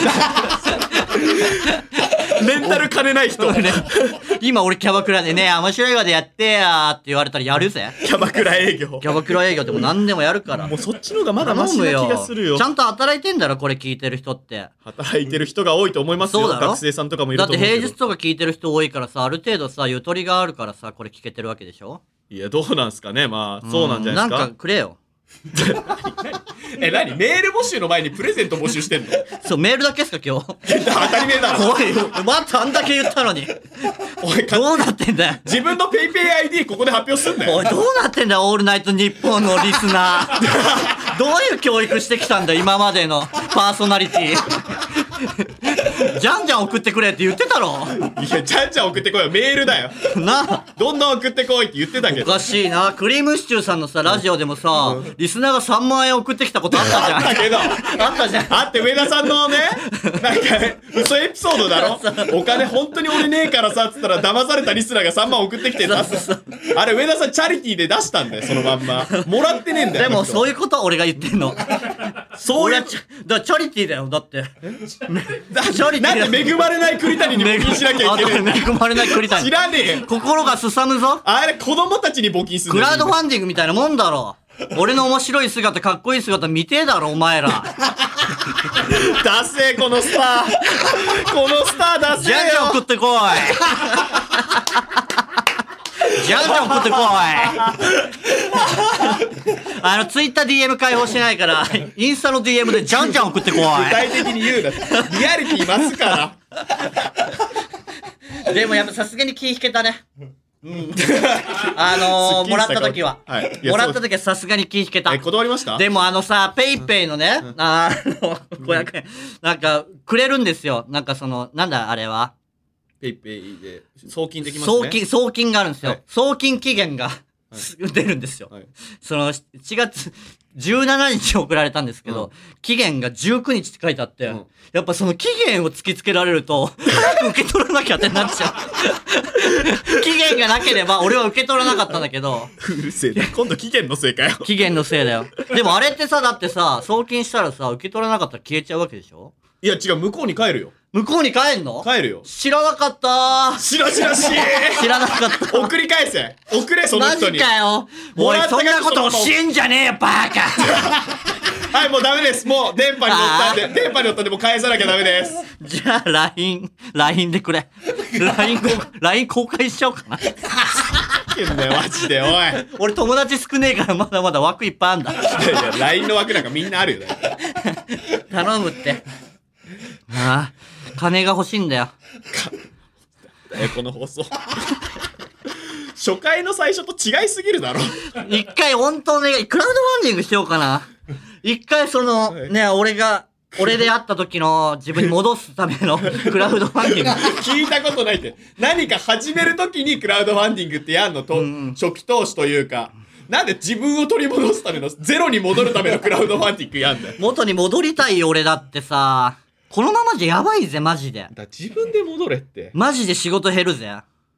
Speaker 2: レンタル金ない人。
Speaker 1: 今俺キャバクラでね、面白いことやってやって言われたらやるぜ。
Speaker 2: キャバクラ営業。
Speaker 1: キャバクラ営業でも何でもやるから。
Speaker 2: もうそっちの方がまだマシな気がするよ。
Speaker 1: ちゃんと働いてんだろ、これ聞いてる人って。
Speaker 2: 働いてる人が多いと思いますよ。
Speaker 1: そうだろ。
Speaker 2: 学生さんとかもいると思うけど。
Speaker 1: だって平日とか聞いてる人多いからさ、ある程度さ、ゆとりがあるからさ、これ聞けてるわけでしょ。
Speaker 2: いや、どうなんすかね。まあ、そうなんじゃないですか。
Speaker 1: なんかくれよ。
Speaker 2: 何メール募集の前にプレゼント募集してんの？
Speaker 1: そう、メールだけっすか今日。
Speaker 2: 当たり前だろ。
Speaker 1: おい、またあんだけ言ったのに。おい、どうなってんだよ。
Speaker 2: 自分のペイペイ ID ここで発表すんだよ。
Speaker 1: おい、どうなってんだよ、オールナイトニッポンのリスナー。どういう教育してきたんだ、今までのパーソナリティ。 じゃんじゃん送ってくれって言ってたろ。
Speaker 2: いや、じゃんじゃん送ってこいよ。メールだよ。
Speaker 1: な
Speaker 2: どんどん送ってこいって言ってたけど。
Speaker 1: おかしいな。クリームシチューさんのさ、ラジオでもさ、リスナーが3万円送ってきたことあったじゃん。
Speaker 2: だけど、
Speaker 1: あったじゃん。
Speaker 2: あって、上田さんのね、なんか、嘘エピソードだろ。お金本当に俺ねえからさ、つったら騙されたリスナーが3万送ってきてた。あれ、上田さんチャリティーで出したんだよ、そのまんま。もらってねえんだよ。
Speaker 1: でも、そういうことは俺が言ってんの。
Speaker 2: そういう。
Speaker 1: だからチャリティーだよ、だって。
Speaker 2: なんで恵まれない栗谷に募金しなきゃいけない。
Speaker 1: 恵まれない栗谷。
Speaker 2: 知らねえよ。
Speaker 1: 心がすさむぞ。
Speaker 2: あれ、子供たちに募金する
Speaker 1: クラウドファンディングみたいなもんだろ。俺の面白い姿、かっこいい姿見てえだろ、お前ら。
Speaker 2: ダセえ、このスター。このスターダセえよ。
Speaker 1: じゃんじゃん送ってこい。じゃんじゃん送ってこい。ツイッター DM 開放してないから、インスタの DM でじゃんじゃん送ってこい。
Speaker 2: 具体的に言うな。リアリティ増すから。
Speaker 1: でもやっぱさすがに気引けたね。もらった時は。もらった時はさすがに気引けた。
Speaker 2: 断りました？
Speaker 1: でもペイペイのね、500円、なんか、くれるんですよ。なんかなんだあれは。
Speaker 2: ペイペイで送金できますね。
Speaker 1: 送金があるんですよ。送金期限が出るんですよ。7月17日送られたんですけど、期限が19日って書いてあって、やっぱその期限を突きつけられると、早く受け取らなきゃってなっちゃう。期限がなければ俺は受け取らなかったんだけど。
Speaker 2: うるせえな。今度期限のせいかよ。
Speaker 1: 期限のせいだよ。でもあれってさ、だってさ、送金したらさ、受け取らなかったら消えちゃうわけでしょ？
Speaker 2: いや違う、向こうに帰るよ。
Speaker 1: 向こうに帰んの？
Speaker 2: 帰るよ。
Speaker 1: 知らなかったー。
Speaker 2: 知ら
Speaker 1: なかった。
Speaker 2: 送り返せ。送れ、その人に。
Speaker 1: マジかよ。おい、そんなこと教えんじゃねえよ、バカ。
Speaker 2: はい、もうダメです。もう電波に乗ったんでもう返さなきゃダメです。
Speaker 1: じゃあ LINE でくれ。LINE 公開しちゃおうかな。
Speaker 2: けんだよ、マジで、おい。
Speaker 1: 俺友達少ねえからまだまだ枠いっぱいあんだ。
Speaker 2: いや、LINE の枠なんかみんなあるよ。
Speaker 1: 頼むって。ああ、金が欲しいんだよ。
Speaker 2: この放送。初回の最初と違いすぎるだろ。
Speaker 1: 一回本当ね、クラウドファンディングしようかな。一回俺で会った時の自分に戻すためのクラウドファンディング。
Speaker 2: 聞いたことないって。何か始める時にクラウドファンディングってやんのと、初期投資というか。なんで自分を取り戻すための、ゼロに戻るためのクラウドファンディングやんだよ。
Speaker 1: 元に戻りたいよ、俺だってさ。このままじゃやばいぜ、マジで。
Speaker 2: 自分で戻れって。
Speaker 1: マジで仕事減るぜ。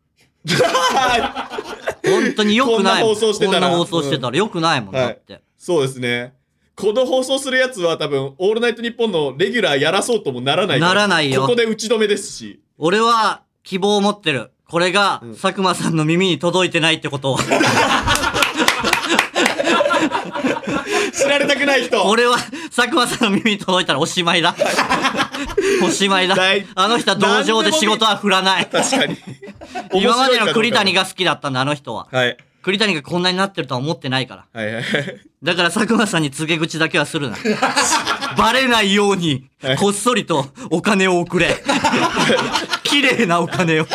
Speaker 1: 本当に良くないもん。こんな放送してたら良くないもん、だって。
Speaker 2: そうですね。この放送するやつは多分、オールナイトニッポンのレギュラーやらそうともならない。
Speaker 1: ならないよ。
Speaker 2: ここで打ち止めですし。
Speaker 1: 俺は希望を持ってる。これが、佐久間さんの耳に届いてないってことを。
Speaker 2: 知られたくない人。
Speaker 1: 俺は佐久間さんの耳に届いたらおしまいだ。おしまいだ。あの人は道場で仕事は振らない。
Speaker 2: 確かに。
Speaker 1: 今までの栗谷が好きだったんだ、あの人は。
Speaker 2: はい。
Speaker 1: 栗谷がこんなになってるとは思ってないから。
Speaker 2: はいはいはい。
Speaker 1: だから佐久間さんに告げ口だけはするな。バレないように、こっそりとお金を送れ。綺麗なお金を。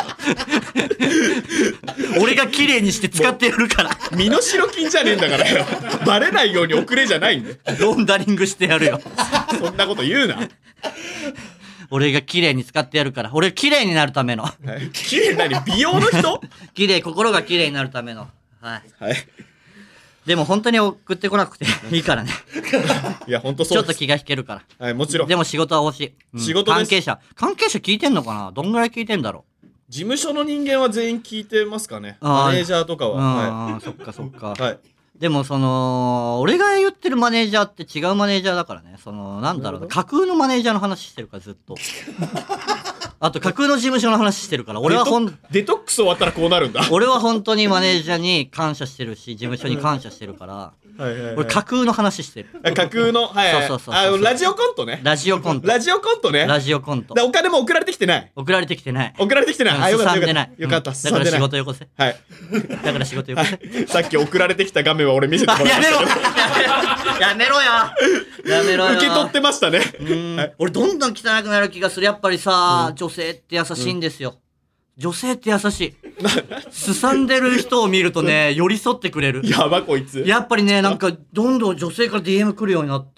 Speaker 1: 俺が綺麗にして使ってやるから。
Speaker 2: 身代金じゃねえんだからよ。バレないように送れじゃないんだよ。
Speaker 1: ロンダリングしてやるよ。
Speaker 2: そんなこと言うな。
Speaker 1: 俺が綺麗に使ってやるから。俺綺麗になるための。
Speaker 2: 綺麗何？美容の人？
Speaker 1: 綺麗、心が綺麗になるための。はい。
Speaker 2: はい。
Speaker 1: でも本当に送ってこなくていいからね。
Speaker 2: いや、本当そうです。
Speaker 1: ちょっと気が引けるから。
Speaker 2: はい、もちろん。
Speaker 1: でも仕事は欲しい。
Speaker 2: 仕事です。
Speaker 1: 関係者聞いてんのかな？どんぐらい聞いてんだろう。
Speaker 2: 事務所の人間は全員聞いてますかね。マネージャーとかは。
Speaker 1: はい。そっかそっか。
Speaker 2: はい。
Speaker 1: でも俺が言ってるマネージャーって違うマネージャーだからね。なんだろうな。架空のマネージャーの話してるからずっと。あと架空の事務所の話してるから。俺は
Speaker 2: デトックス終わったらこうなるんだ。
Speaker 1: 俺は本当にマネージャーに感謝してるし、事務所に感謝してるから。俺架空の話してる。
Speaker 2: 架空の、はい。
Speaker 1: そう。
Speaker 2: ラジオコントね。
Speaker 1: ラジオコント。
Speaker 2: ラジオコントね。
Speaker 1: ラジオコント。
Speaker 2: お金も送られてきてない。
Speaker 1: 送られてきてない。
Speaker 2: 送られてきてない。あ、よかった。よかった。
Speaker 1: だから仕事よこせ。
Speaker 2: はい。
Speaker 1: だから仕事よこせ。
Speaker 2: さっき送られてきた画面は俺見せてもらった。
Speaker 1: やめろよ。やめろよ。
Speaker 2: 受け取ってましたね。
Speaker 1: 俺どんどん汚くなる気がする。やっぱりさ、女性って優しいんですよ。女性って優しい。 すさんでる人を見るとね、寄り添ってくれる。
Speaker 2: やばこいつ。
Speaker 1: やっぱりね、なんかどんどん女性から DM 来るようになって、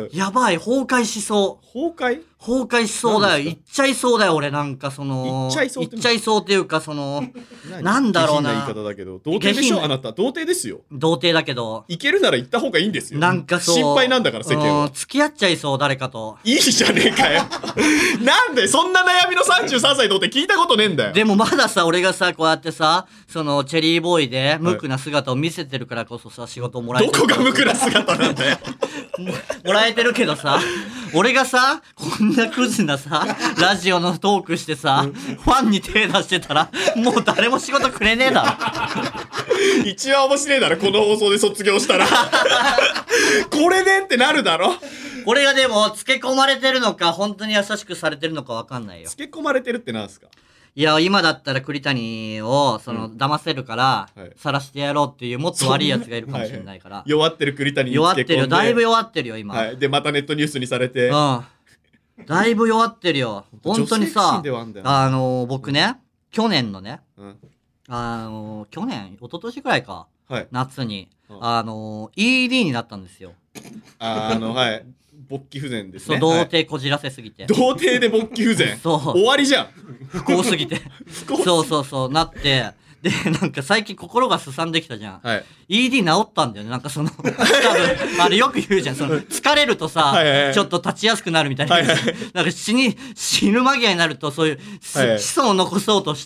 Speaker 1: やばい、崩壊しそう。
Speaker 2: 崩
Speaker 1: 壊しそうだよ。行っちゃいそうだよ、俺。なんか行っちゃいそうっていうか、なんだろうな。
Speaker 2: 下品な言い方だけど、童貞でしょあなた。童貞ですよ。
Speaker 1: 童貞だけど。
Speaker 2: 行けるなら行った方がいいんですよ。
Speaker 1: なんか
Speaker 2: 心配なんだから、世間は。
Speaker 1: 付き合っちゃいそう、誰かと。
Speaker 2: いいじゃねえかよ。なんで、そんな悩みの33歳童貞聞いたことねえんだよ。
Speaker 1: でもまださ、俺がさ、こうやってさ、チェリーボーイで無垢な姿を見せてるからこそさ、仕事をもらえてる。
Speaker 2: どこが無垢な姿なんだよ。
Speaker 1: もらえてるけどさ、俺がさ、こんなクズなさ、ラジオのトークしてさ、ファンに手出してたら、もう誰も仕事くれねえだ
Speaker 2: ろ。一番面白いだろ、この放送で卒業したら。これでってなるだろ。
Speaker 1: これがでも、つけ込まれてるのか、本当に優しくされてるのか分かんないよ。
Speaker 2: つけ込まれてるってなんすか？
Speaker 1: いや、今だったら栗谷を、騙せるから、晒してやろうっていう、もっと悪い奴がいるかもしれないから。
Speaker 2: 弱ってる栗谷に
Speaker 1: 弱ってるよ。だいぶ弱ってるよ、今。
Speaker 2: はい。で、またネットニュースにされて。
Speaker 1: だいぶ弱ってるよ。本当にさ、僕ね、去年のね、去年、一昨年くらいか。夏に、ED になったんですよ。
Speaker 2: はい。勃起不全ですね。
Speaker 1: そう、童貞こじらせすぎて。
Speaker 2: 童貞で勃起不全。
Speaker 1: そう。
Speaker 2: 終わりじゃん。
Speaker 1: 不幸すぎて。そう、なって、で、なんか最近心がすさんできたじゃん。ED 治ったんだよね。なんか多分、あれよく言うじゃん。疲れるとさ、ちょっと立ちやすくなるみたいな。なんか死ぬ間際になると、そういう、子孫を残そうとして、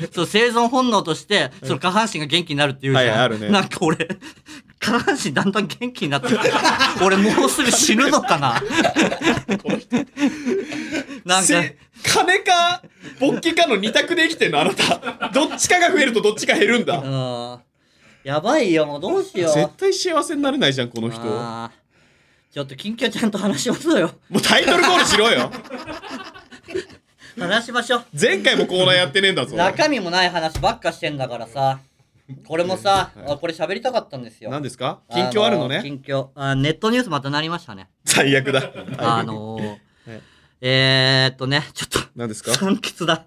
Speaker 1: 生存本能として、下半身が元気になるっていうじゃん。なんか俺、下半身だんだん元気になって俺もうすぐ死ぬのかな。なんか
Speaker 2: 金か勃起かの2択で生きてんのあなた。どっちかが増えるとどっちか減るんだ。
Speaker 1: やばいよ、もうどうしよう。
Speaker 2: 絶対幸せになれないじゃんこの人。
Speaker 1: ちょっと近況ちゃんと話しましょうよ。
Speaker 2: もうタイトルコールしろよ。
Speaker 1: 話しましょう。
Speaker 2: 前回もコーナーやってねえんだぞ。
Speaker 1: 中身もない話ばっかしてんだからさ。これもさ、これ喋りたかったんですよ。
Speaker 2: 何ですか？近況あるのね。
Speaker 1: 近況。ネットニュースまたなりましたね。
Speaker 2: 最悪だ。ちょっと。何ですか？
Speaker 1: 酸欠だ。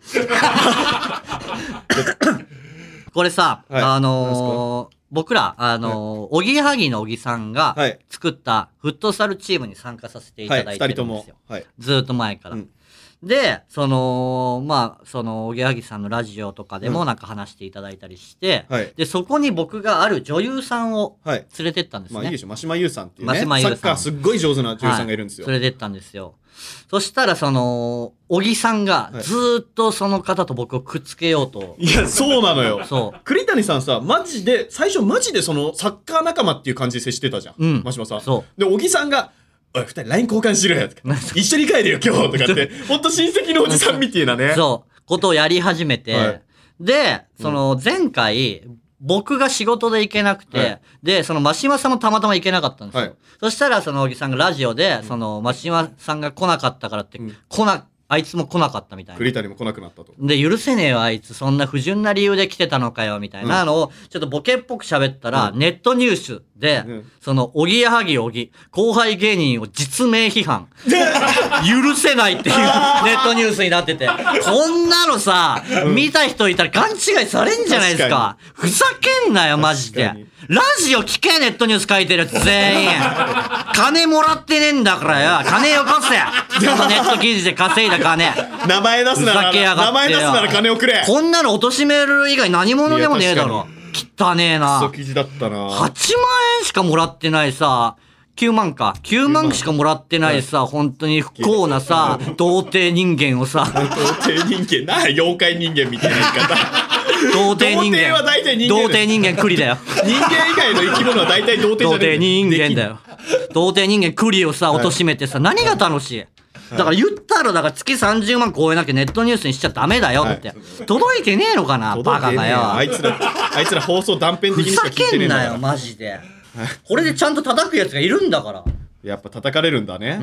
Speaker 1: これさ、僕ら、おぎやはぎの小木さんが作ったフットサルチームに参加させていただいてるんですよ。ずーっと前から。で、おぎやはぎさんのラジオとかでもなんか話していただいたりして、で、そこに僕がある女優さんを連れてったんですね。
Speaker 2: まあいいでしょ、真島優さんっていうね。サッカーすっごい上手な女優さんがいるんですよ。
Speaker 1: 連れてったんですよ。そしたら小木さんがずーっとその方と僕をくっつけようと。
Speaker 2: いや、そうなのよ。
Speaker 1: そう。
Speaker 2: 栗谷さんさ、最初マジでサッカー仲間っていう感じで接してたじゃん。真島さん。そう。で、小木さんが、おい、二人 LINE 交換しろよとか、一緒に帰るよ今日とかって、ほんと親戚のおじさんみたいなね。
Speaker 1: そう。ことをやり始めて、で、前回、僕が仕事で行けなくて、で、真島さんもたまたま行けなかったんですよ。そしたら、小木さんがラジオで、真島さんが来なかったからって、あいつも来なかったみたいな。
Speaker 2: 栗谷も来なくなったと。
Speaker 1: で、許せねえよ、あいつ。そんな不純な理由で来てたのかよ、みたいなのを、ちょっとボケっぽく喋ったら、ネットニュースで、おぎやはぎおぎ、後輩芸人を実名批判。許せないっていうネットニュースになってて。こんなのさ、見た人いたら勘違いされんじゃないですか。ふざけんなよ、マジで。ラジオ聞け、ネットニュース書いてるやつ全員。金もらってねえんだからよ。金よこせ。そのネット記事で稼いだ金。
Speaker 2: 名前出すなら金をくれ。
Speaker 1: こんなの貶める以外何者でもねえだろ。汚ねえな。
Speaker 2: クソ記事だったな。
Speaker 1: 8万円しかもらってないさ、9万か。9万しかもらってないさ、本当に不幸なさ、童貞人間をさ。
Speaker 2: 童貞人間な、妖怪人間みたいな言い方。
Speaker 1: 童貞人間。
Speaker 2: 童貞は大体人間。
Speaker 1: 童貞人間栗だよ。
Speaker 2: 人間以外の生き物は大体童貞じゃねえ。
Speaker 1: 童貞人間だよ。童貞人間栗をさ、貶めてさ、何が楽しい？だから言ったら、月30万超えなきゃネットニュースにしちゃダメだよって。届いてねえのかな、バカがよ。
Speaker 2: あいつら放送断片的にしか聞いてねえんだよ。
Speaker 1: ふざけんなよ、マジで。これでちゃんと叩くやつがいるんだから。
Speaker 2: やっぱ叩かれるんだね。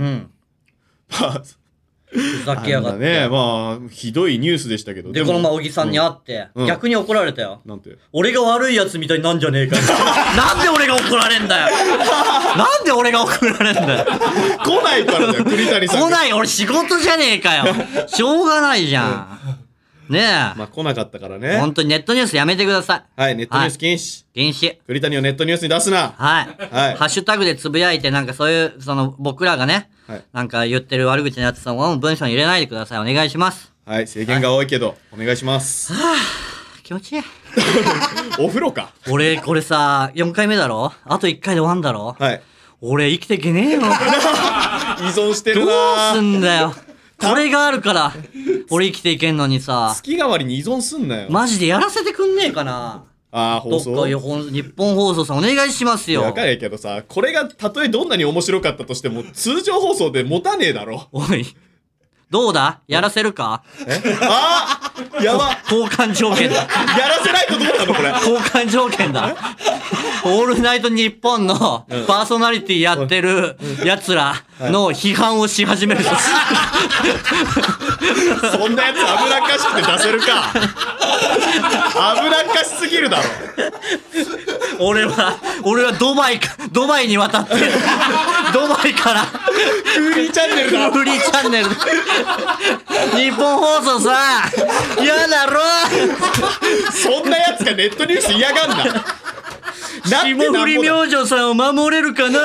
Speaker 1: ふざけやがって。
Speaker 2: ね、まあ、ひどいニュースでしたけど。
Speaker 1: で、この前、小木さんに会って、逆に怒られたよ。
Speaker 2: なんて？
Speaker 1: 俺が悪いやつみたいになんじゃねえかよ。なんで俺が怒られんだよ。なんで俺が怒られんだよ。
Speaker 2: 来ないからだよ、栗谷さん。
Speaker 1: 来ない、俺仕事じゃねえかよ。しょうがないじゃん。 ねえ。
Speaker 2: まあ来なかったからね。
Speaker 1: 本当にネットニュースやめてください。
Speaker 2: はい、ネットニュース禁止。
Speaker 1: 禁止。
Speaker 2: 栗谷をネットニュースに出すな。
Speaker 1: はい。
Speaker 2: はい。
Speaker 1: ハッシュタグでつぶやいて、なんかそういう、僕らがね、なんか言ってる悪口のやつさんを文章に入れないでください。お願いします。
Speaker 2: はい、制限が多いけど、お願いします。
Speaker 1: はぁ、気持ちいい。
Speaker 2: お風呂か。
Speaker 1: 俺、これさ、4回目だろ？あと1回で終わんだろ？
Speaker 2: はい。
Speaker 1: 俺、生きていけねえよ。依
Speaker 2: 存してるな。
Speaker 1: どうすんだよ。これがあるから、俺生きていけんのにさ。
Speaker 2: 月替わりに依存すんなよ。
Speaker 1: マジでやらせてくんねえかな。
Speaker 2: ああ、放送。
Speaker 1: どっか日本放送さんお願いしますよ。
Speaker 2: わかんないけどさ、これがたとえどんなに面白かったとしても、通常放送で持たねえだろ。
Speaker 1: おい。どうだ？やらせるか？
Speaker 2: あやば
Speaker 1: 交換条件だ。や
Speaker 2: らせないとどうなのこれ。
Speaker 1: 交換条件だ。オールナイトニッポンのパーソナリティやってる奴らの批判をし始めると。
Speaker 2: そんなやつ危なっかしくて出せるか。危なっかしすぎるだろ。
Speaker 1: 俺はドバイに渡ってる。ドバイから。
Speaker 2: フリーチャンネルだ。
Speaker 1: フリーチャンネル。日本放送さ、嫌だろ。
Speaker 2: そんなやつがネットニュース嫌がんな。
Speaker 1: 霜降り明星さんを守れるかな。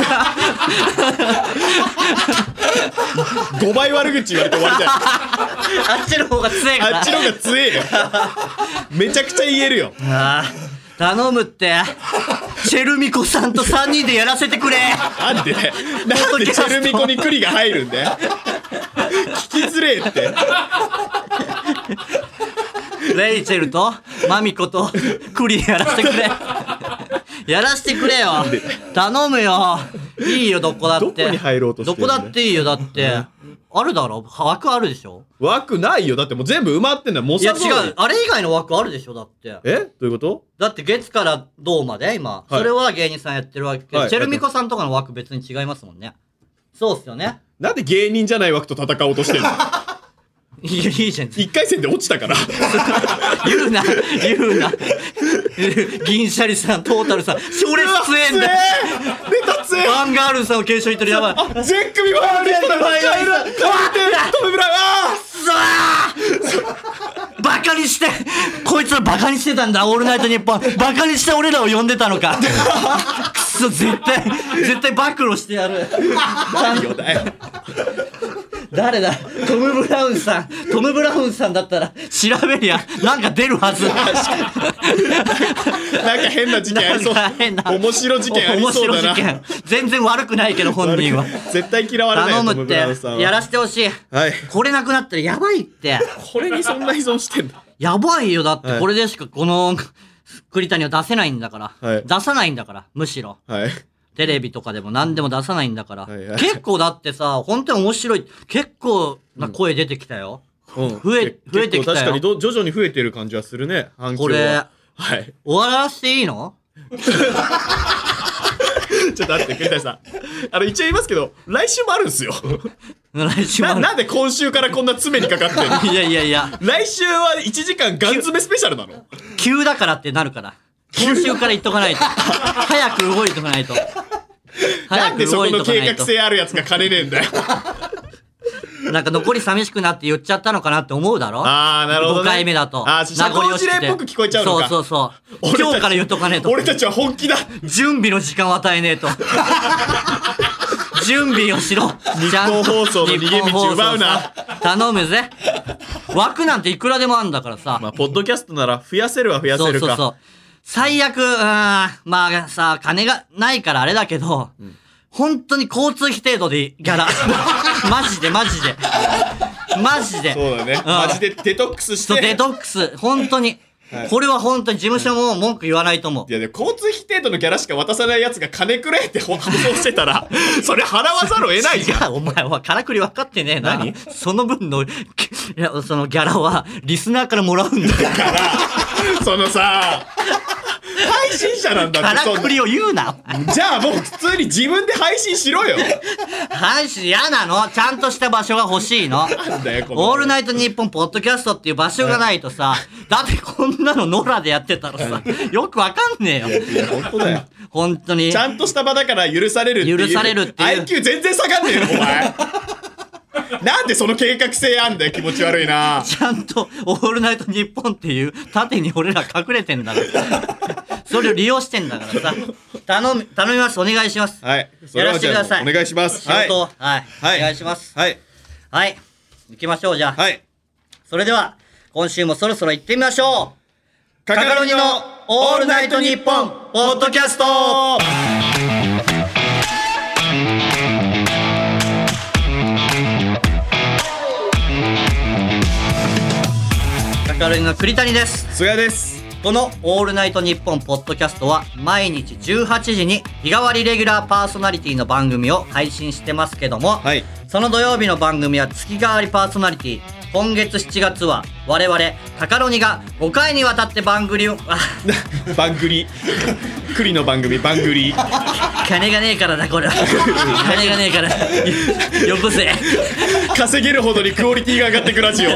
Speaker 2: 5倍悪口言われて終わりだよ。
Speaker 1: あっちの方が強えから。
Speaker 2: あっちの方が強えよ。めちゃくちゃ言えるよ。
Speaker 1: 頼むって。チェルミコさんと3人でやらせてくれ。
Speaker 2: なんでチェルミコに栗が入るんだよ。聞きづれえって。
Speaker 1: レイチェルとマミコとクリやらせてくれ。やらせてくれよ。頼むよ。いいよ、どこだって。
Speaker 2: どこに入ろうとしてるんだよ。
Speaker 1: どこだっていいよ、だって。あるだろ？枠あるでしょ？
Speaker 2: 枠ないよ。だってもう全部埋まってんだよ。もういや
Speaker 1: 違う。あれ以外の枠あるでしょ？だって。
Speaker 2: どういうこと？
Speaker 1: だって月から銅まで今、それは芸人さんやってるわけ。チェルミコさんとかの枠別に違いますもんね。そうっすよね。
Speaker 2: なんで芸人じゃない枠と戦おうとしてんの？
Speaker 1: いや、いいじゃん。
Speaker 2: 1回戦で落ちたから。
Speaker 1: 言うな。銀シャリさん、トータルさん、賞レース強えんだよ。
Speaker 2: ネタ強え。
Speaker 1: ワンガールズさんを継承してるやばい。
Speaker 2: 全組ファイナリストだ。トムブラ
Speaker 1: ウン。バカにして、こいつらバカにしてたんだ、オールナイトニッポン。バカにして俺らを呼んでたのか。くそ、絶対暴露してやる。
Speaker 2: 何よだよ。
Speaker 1: 誰だ？トム・ブラウンさんだったら調べりゃなんか出るはず。
Speaker 2: なんか変な事件ありそう。面白事件ありそうだな。
Speaker 1: 全然悪くないけど本人は
Speaker 2: 絶対嫌われない。
Speaker 1: 頼むってやらせてほしい。
Speaker 2: はい。
Speaker 1: これなくなったらやばいって。
Speaker 2: これにそんな依存してんだ。
Speaker 1: やばいよ。だってこれでしかこの栗谷を出せないんだから、
Speaker 2: はい、
Speaker 1: 出さないんだから、むしろ。
Speaker 2: はい。
Speaker 1: テレビとかでも何でも出さないんだから、
Speaker 2: はいはい、
Speaker 1: 結構だってさ、本当に面白い、結構な声出てきたよ。増えてきたよ。
Speaker 2: 確かに徐々に増えてる感じはするね。反響は。これ、
Speaker 1: はい。終わらせていいの？
Speaker 2: ちょっと待って、栗谷さん。一応言いますけど、来週もあるんすよ。
Speaker 1: 来週もある。
Speaker 2: なんで今週からこんな詰めにかかってんの？
Speaker 1: いや。
Speaker 2: 来週は1時間ガン詰めスペシャルなの？
Speaker 1: 急だからってなるから。今週から言っとかないと。早く動いとかないと。
Speaker 2: なんでそこの計画性あるやつが金ねえんだよ。
Speaker 1: なんか残り寂しくなって言っちゃったのかなって思うだろ？
Speaker 2: ああ、なるほど、ね。
Speaker 1: 5回目だと。
Speaker 2: 社交辞令っぽく聞こえちゃうのか。
Speaker 1: そう。今日から言っとかねえと。
Speaker 2: 俺たちは本気だ。
Speaker 1: 準備の時間を与えねえと。準備をしろ。
Speaker 2: 日本放送の逃げ道奪うな。
Speaker 1: 頼むぜ。枠なんていくらでもあるんだからさ。
Speaker 2: まあ、ポッドキャストなら増やせるは増やせるか。
Speaker 1: そう。最悪、まあさ、金がないからあれだけど、本当に交通費程度でギャラ。マジで。
Speaker 2: そうだね。マジでデトックスして。
Speaker 1: そう、デトックス。本当に。はい、これは本当に事務所も文句言わないと思う。
Speaker 2: いやでも交通費程度のギャラしか渡さないやつが金くれって放送してたら、それ払わざるを得ないじゃん。
Speaker 1: お前からくり分かってねえな。何？その分の、そのギャラはリスナーからもらうんだよ。
Speaker 2: だから、そのさ、配信者なんだって。
Speaker 1: からくりを言うな。
Speaker 2: じゃあもう普通に自分で配信しろよ。
Speaker 1: 配信嫌なの？ちゃんとした場所が欲しいの。
Speaker 2: なんだよ、
Speaker 1: オールナイトニッポンポッドキャストっていう場所がないとさ、だってこんなの野良でやってたらさ、よくわかんねえよ。
Speaker 2: いや、本当だよ。
Speaker 1: 本当に。
Speaker 2: ちゃんとした場だから許されるっていう。
Speaker 1: 許されるっていう。
Speaker 2: IQ 全然下がんねえよ、お前。 なんでその計画性あんだよ、気持ち悪いな。
Speaker 1: ちゃんとオールナイトニッポンっていう縦に俺ら隠れてんだからそれを利用してんだからさ、頼みます。お願いします。
Speaker 2: はい、
Speaker 1: やらせてください。
Speaker 2: お願いします。
Speaker 1: 仕事を、はい、お願いします。
Speaker 2: はい
Speaker 1: はい、行きましょう。じゃあ、
Speaker 2: はい、
Speaker 1: それでは今週もそろそろ行ってみましょう。
Speaker 2: カカロニのオールナイトニッポンポッドキャスト。
Speaker 1: カカロニの栗谷です。
Speaker 2: 菅谷です。
Speaker 1: このオールナイトニッポンポッドキャストは毎日18時に日替わりレギュラーパーソナリティの番組を配信してますけども、
Speaker 2: はい、
Speaker 1: その土曜日の番組は月替わりパーソナリティ。今月7月は我々カカロニが5回にわたって番組を
Speaker 2: 番組栗の番組番組
Speaker 1: 金がねえからな、これは金がねえからよこせ。
Speaker 2: 稼げるほどにクオリティが上がっていくラジオ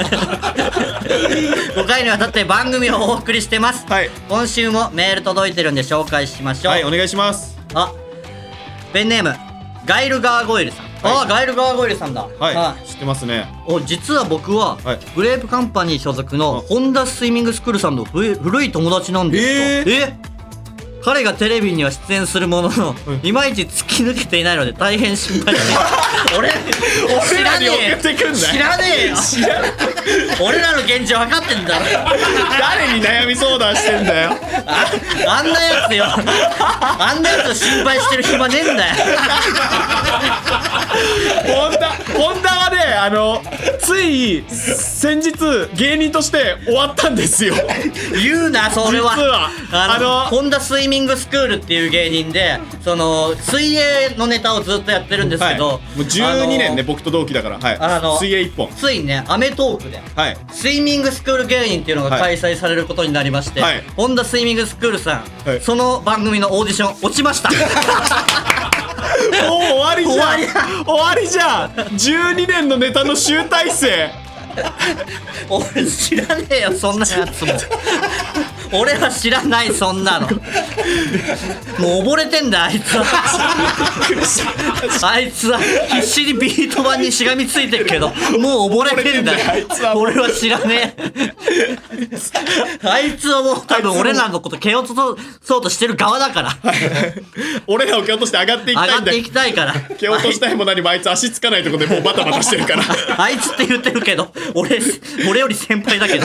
Speaker 1: 5回にわたって番組をお送りしてます、
Speaker 2: はい、
Speaker 1: 今週もメール届いてるんで紹介しましょう。
Speaker 2: はい、お願いします。
Speaker 1: ペンネームガイルガーゴイルさん、はい、ガイルガーゴイルさんだ。
Speaker 2: はい、知ってますね。
Speaker 1: 実は僕は、はい、グレープカンパニー所属のホンダスイミングスクールさんの古い友達なんですよ。彼がテレビには出演するものの、いまいち突き抜けていないので大変心配して俺
Speaker 2: らに送ってくんだよ。
Speaker 1: 知らねえよ俺らの現状分かってんだろ
Speaker 2: 誰に悩み相談してんだよ
Speaker 1: あんなやつよ、あんなやつを心配してる暇ねえんだよ
Speaker 2: ホンダはね、つい先日芸人として終わったんですよ
Speaker 1: 言うな、それは。
Speaker 2: 実は
Speaker 1: ホンダスイミングスクールっていう芸人で、その水泳のネタをずっとやってるんですけど、
Speaker 2: はい、もう12年ね、僕と同期だから、はい、水泳一本。
Speaker 1: ついにね、アメトークで、はい、スイミングスクール芸人っていうのが開催されることになりまして、はい、ホンダスイミングスクールさん、はい、その番組のオーディション落ちましたもう
Speaker 2: 終わりじゃん、終わりじゃん。12年のネタの集大成
Speaker 1: 俺知らねえよ、そんなやつも俺は知らない、そんなのもう溺れてんだ、あいつはあいつは必死にビート板にしがみついてるけどもう溺れてんだよ。俺は知らねえあいつはもう多分俺らのこと蹴落とそうとしてる側だから
Speaker 2: 俺らを蹴落として上がっていきたいんだよ。
Speaker 1: 上がっていきたいから
Speaker 2: 蹴落としたいも何もあいつ足つかないとこでもうバタバタしてるから
Speaker 1: あいつって言ってるけど俺より先輩だけど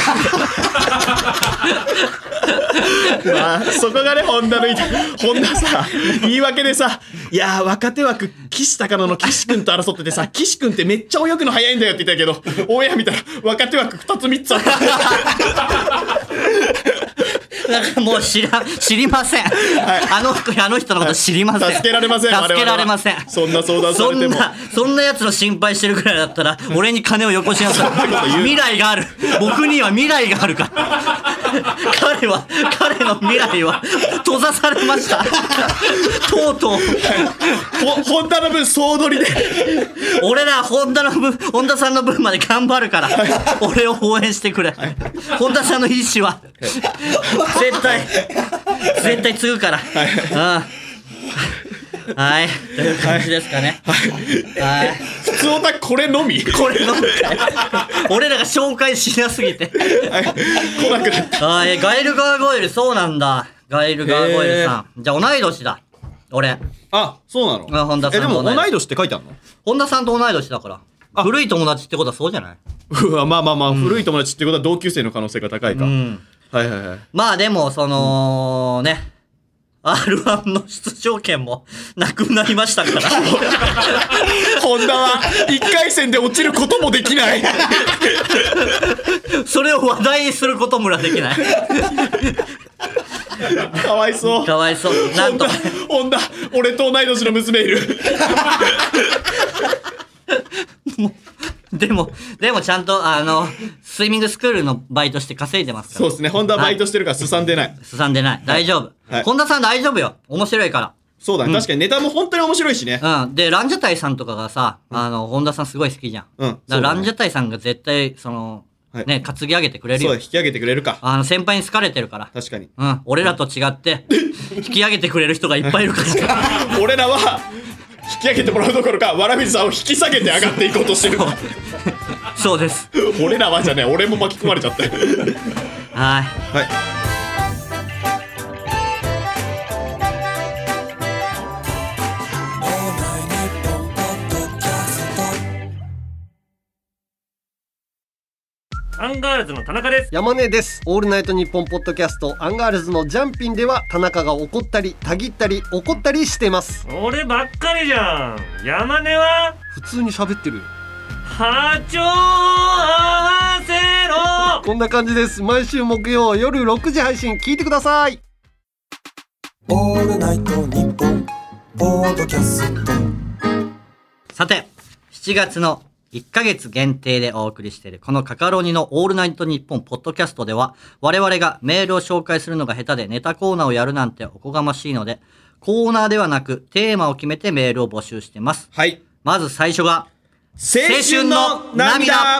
Speaker 2: まあ、そこがね、ホンダさ、言い訳でさ、いやー、若手枠、岸高野の岸君と争っててさ、岸君ってめっちゃ泳ぐの早いんだよって言ったけど、オンエア見たら、若手枠2つ3つあった。
Speaker 1: だからもう知りません、はい、あの人のこと知りません、
Speaker 2: 助けられません、
Speaker 1: 助けられません。
Speaker 2: そんな相談されても
Speaker 1: そんなやつの心配してるくらいだったら俺に金をよこしなさい未来がある、僕には未来があるから彼の未来は閉ざされましたとうとう
Speaker 2: ホンダの分総取りで
Speaker 1: 俺らホンダさんの分まで頑張るから、俺を応援してくれ、ホンダさんの意思は絶対継ぐから、はい、という感じですかね。はい。
Speaker 2: 普通オタこれのみ
Speaker 1: 俺らが紹介しなすぎて。
Speaker 2: はい、来なくなった。
Speaker 1: ガイルガーゴイル、そうなんだ。ガイルガーゴイルさん。じゃあ同い年だ。俺。
Speaker 2: あ、そうなの？
Speaker 1: 本田さんと
Speaker 2: でも同い年って書いてあるの？
Speaker 1: 本田さんと同い年だから。古い友達ってことはそうじゃない？
Speaker 2: まあ、古い友達ってことは同級生の可能性が高いか。はいはいはい。
Speaker 1: まあでも、その、ね。R1 の出場権もなくなりましたから
Speaker 2: ホンダは1回戦で落ちることもできない
Speaker 1: それを話題にすることもできない
Speaker 2: かわいそう。
Speaker 1: かわいそう。なんと
Speaker 2: ホンダ俺と同い年の娘いる
Speaker 1: でもちゃんとスイミングスクールのバイトして稼いでますから。
Speaker 2: そうですね、ホンダバイトしてるからすさんでない。
Speaker 1: すさんでない。大丈夫。
Speaker 2: はい、
Speaker 1: 本田さん大丈夫よ。面白いから。
Speaker 2: そうだね、確かにネタも本当に面白いしね。
Speaker 1: うん。で、ランジャタイさんとかがさ、本田さんすごい好きじゃん。
Speaker 2: うん。
Speaker 1: だからランジャタイさんが絶対、ね、担ぎ上げてくれるよ。
Speaker 2: そう、引き上げてくれるか。
Speaker 1: 先輩に好かれてるから。
Speaker 2: 確かに。
Speaker 1: うん。俺らと違って、引き上げてくれる人がいっぱいいるから。
Speaker 2: 俺らは、 引き上げてもらうどころかわらびさんを引き下げて上がっていこうとしてる
Speaker 1: そうです。
Speaker 2: 俺らはじゃねえ、俺も巻き込まれちゃってはい
Speaker 3: はい
Speaker 4: アンガールズの田中です。
Speaker 3: 山根です。オールナイトニッポンポッドキャストアンガールズのジャンピンでは田中が怒ったりたぎったり怒ったりしてます。
Speaker 4: 俺ばっかりじゃん。山根は
Speaker 3: 普通に喋ってるよ。
Speaker 4: 波長合わせろ。
Speaker 3: こんな感じです。毎週木曜夜6時配信聞いてください。
Speaker 5: オールナイトニッポンポッドキャスト。
Speaker 1: さて、7月の1ヶ月限定でお送りしているこのカカロニのオールナイトニッポンポッドキャストでは、我々がメールを紹介するのが下手でネタコーナーをやるなんておこがましいので、コーナーではなくテーマを決めてメールを募集してます。
Speaker 2: はい。
Speaker 1: まず最初が
Speaker 2: 青春の涙。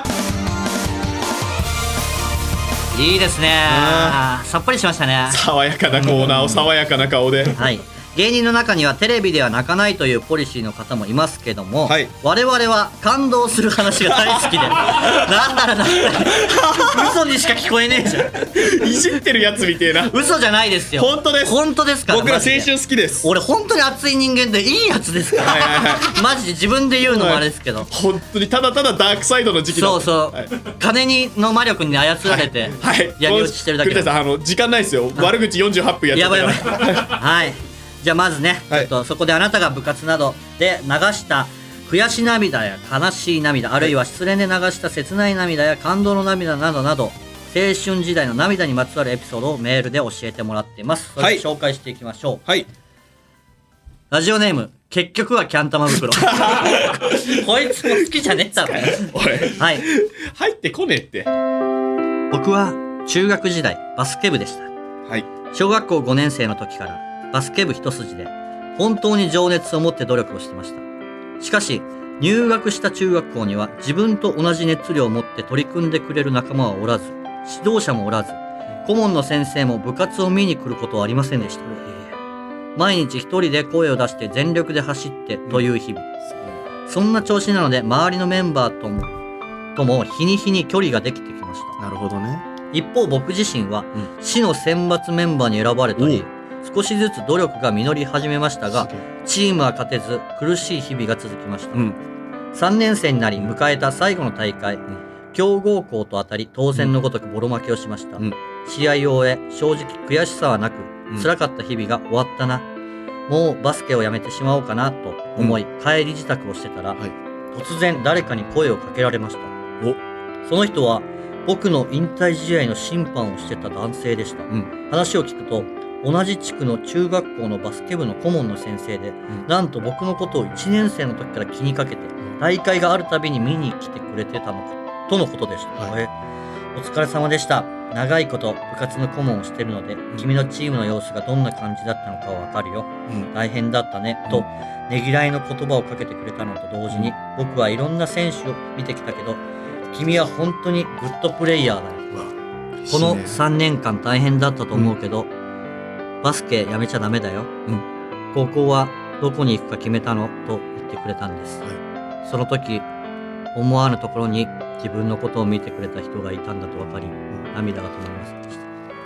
Speaker 1: いいですね。さっぱりしましたね。
Speaker 2: 爽やかなコーナーを爽やかな顔で。
Speaker 1: はい。芸人の中にはテレビでは泣かないというポリシーの方もいますけども、
Speaker 2: はい、
Speaker 1: 我々は感動する話が大好きでなんだら嘘にしか聞こえねえじゃ
Speaker 2: ん。いじってるやつみてえな。
Speaker 1: 嘘じゃないですよ。
Speaker 2: 本当です。
Speaker 1: 本当ですから。
Speaker 2: 僕ら青春好きです。
Speaker 1: 俺本当に熱い人間でいいやつですからマジで自分で言うのもあれですけど、
Speaker 2: 本当にただただダークサイドの時期だ。
Speaker 1: そうそう、はい、金の魔力に操られて闇落ちしてるだけで、
Speaker 2: 栗田さん時間ないですよ。悪口48分やっちゃったから。やばい
Speaker 1: はい。じゃあまずね、はい、そこであなたが部活などで流した悔し涙や悲しい涙、あるいは失恋で流した切ない涙や感動の涙などなど、青春時代の涙にまつわるエピソードをメールで教えてもらっています。それで紹介していきましょう。はい。ラジオネーム、結局はキャン玉袋。こいつも好きじゃねえだろ。
Speaker 2: おい。はい。入ってこねえって。
Speaker 1: 僕は中学時代バスケ部でした。はい。小学校5年生の時からバスケ部一筋で本当に情熱を持って努力をしてました。しかし入学した中学校には自分と同じ熱量を持って取り組んでくれる仲間はおらず、指導者もおらず、顧問の先生も部活を見に来ることはありませんでした。毎日一人で声を出して全力で走ってという日々、そんな調子なので周りのメンバーとも日に日に距離ができてきました。
Speaker 2: なるほどね。
Speaker 1: 一方僕自身は市の選抜メンバーに選ばれたり、少しずつ努力が実り始めましたが、チームは勝てず苦しい日々が続きました。3年生になり迎えた最後の大会、強豪校と当たり当然のごとくボロ負けをしました。試合を終え正直悔しさはなく、辛かった日々が終わったな、もうバスケをやめてしまおうかなと思い、帰り支度をしてたら、突然誰かに声をかけられました。その人は僕の引退試合の審判をしてた男性でした。話を聞くと、同じ地区の中学校のバスケ部の顧問の先生で、なんと僕のことを1年生の時から気にかけて、大会があるたびに見に来てくれてたのかとのことでした。お疲れ様でした。長いこと部活の顧問をしているので、君のチームの様子がどんな感じだったのかはわかるよ。大変だったねとねぎらいの言葉をかけてくれたのと同時に、僕はいろんな選手を見てきたけど、君は本当にグッドプレイヤーだ。この3年間大変だったと思うけど、バスケやめちゃダメだよ。高校はどこに行くか決めたのと言ってくれたんです。その時、思わぬところに自分のことを見てくれた人がいたんだと分かり、涙が止まりませんでした。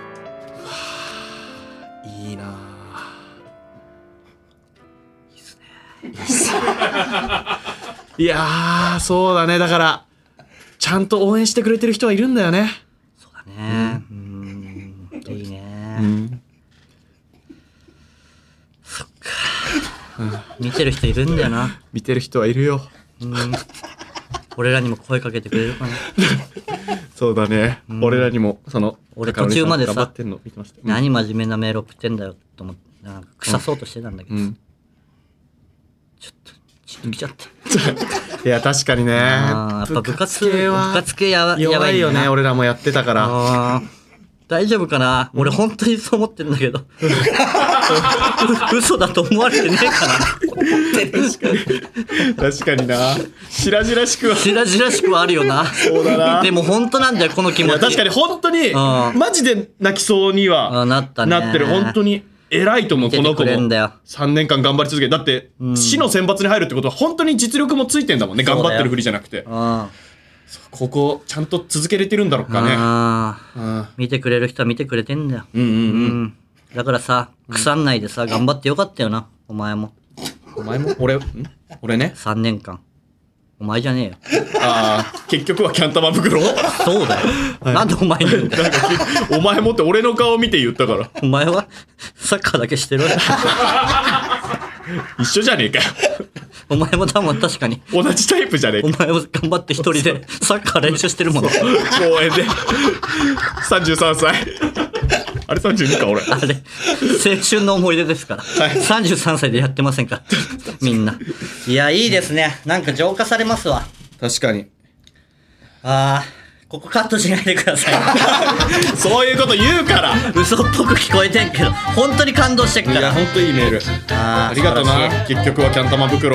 Speaker 2: いいなぁ。
Speaker 1: いいっすね。
Speaker 2: いいっすね。いやー、そうだね。だからちゃんと応援してくれてる人はいるんだよね。
Speaker 1: そうだね。いいね。そっか、見てる人いるんだよな。
Speaker 2: 見てる人はいるよ。
Speaker 1: 俺らにも声かけてくれるかな。
Speaker 2: そうだね。俺らにも
Speaker 1: 俺途中までさ、
Speaker 2: 頑張ってんの見てました。
Speaker 1: 何真面目なメール送ってんだよと思って、なんか腐そうとしてたんだけど、ちょっと来ちゃった。
Speaker 2: いや確かにね。
Speaker 1: やっぱ部活系やばい
Speaker 2: 弱いよね。俺らもやってたから。
Speaker 1: 大丈夫かな、俺本当にそう思ってるんだけど。嘘だと思われてねえかな。
Speaker 2: 確かにな。白々しくは
Speaker 1: あるよな。
Speaker 2: そうだな。
Speaker 1: でも本当なんだよこの気持ち。
Speaker 2: 確かに本当にマジで泣きそうには
Speaker 1: なったね。
Speaker 2: なってる。本当に偉いと思う。この子も3年間頑張り続けて、だって市の選抜に入るってことは本当に実力もついてんだもんね。頑張ってるふりじゃなくて、ここちゃんと続けれてるんだろうかね。
Speaker 1: 見てくれる人は見てくれてんだよ。だからさ、腐んないでさ、頑張ってよかったよな。お前も俺ね、3年間お前じゃねえよ。
Speaker 2: 結局はキャン玉袋。
Speaker 1: そうだよ、なんでお前に言うんだよ。
Speaker 2: お前もって俺の顔見て言ったから。
Speaker 1: お前はサッカーだけしてる。
Speaker 2: 一緒じゃねえかよ。
Speaker 1: お前も多分確かに
Speaker 2: 同じタイプじゃねえか。
Speaker 1: お前も頑張って一人でサッカー練習してるもの。公
Speaker 2: 園で33歳。あれ32か俺。
Speaker 1: あれ青春の思い出ですから、33歳でやってませんかみんな。いや、いいですね。なんか浄化されますわ。
Speaker 2: 確かに。
Speaker 1: ここカットしないでください。
Speaker 2: そういうこと言うから
Speaker 1: 嘘っぽく聞こえてんけど本当に感動してっから。
Speaker 2: いや本当いいメール。ありがとうな。結局はキャン玉袋。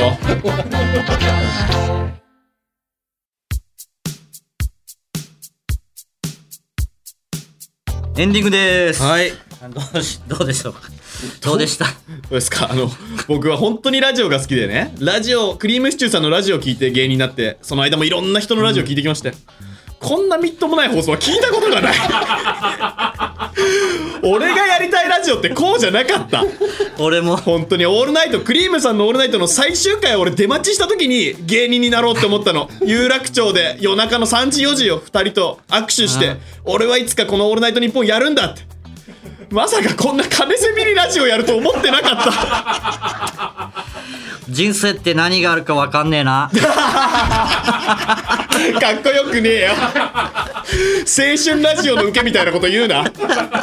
Speaker 1: エンディングでーす。
Speaker 2: はい。
Speaker 1: どうでしょうか。どうでした。ど
Speaker 2: うですか。僕は本当にラジオが好きでね、クリームシチューさんのラジオを聞いて芸人になって、その間もいろんな人のラジオ聞いてきまして、こんなみっともない放送は聞いたことがない。俺がやりたいラジオってこうじゃなかった。
Speaker 1: 俺も
Speaker 2: 本当にオールナイト、クリームさんのオールナイトの最終回、俺出待ちした時に芸人になろうって思ったの。有楽町で夜中の3時4時を2人と握手して、俺はいつかこのオールナイトニッポンやるんだって。まさかこんな金せびりラジオやると思ってなかった。
Speaker 1: 人生って何があるか分かんねえな。
Speaker 2: かっこよくねえよ。青春ラジオの受けみたいなこと言うな。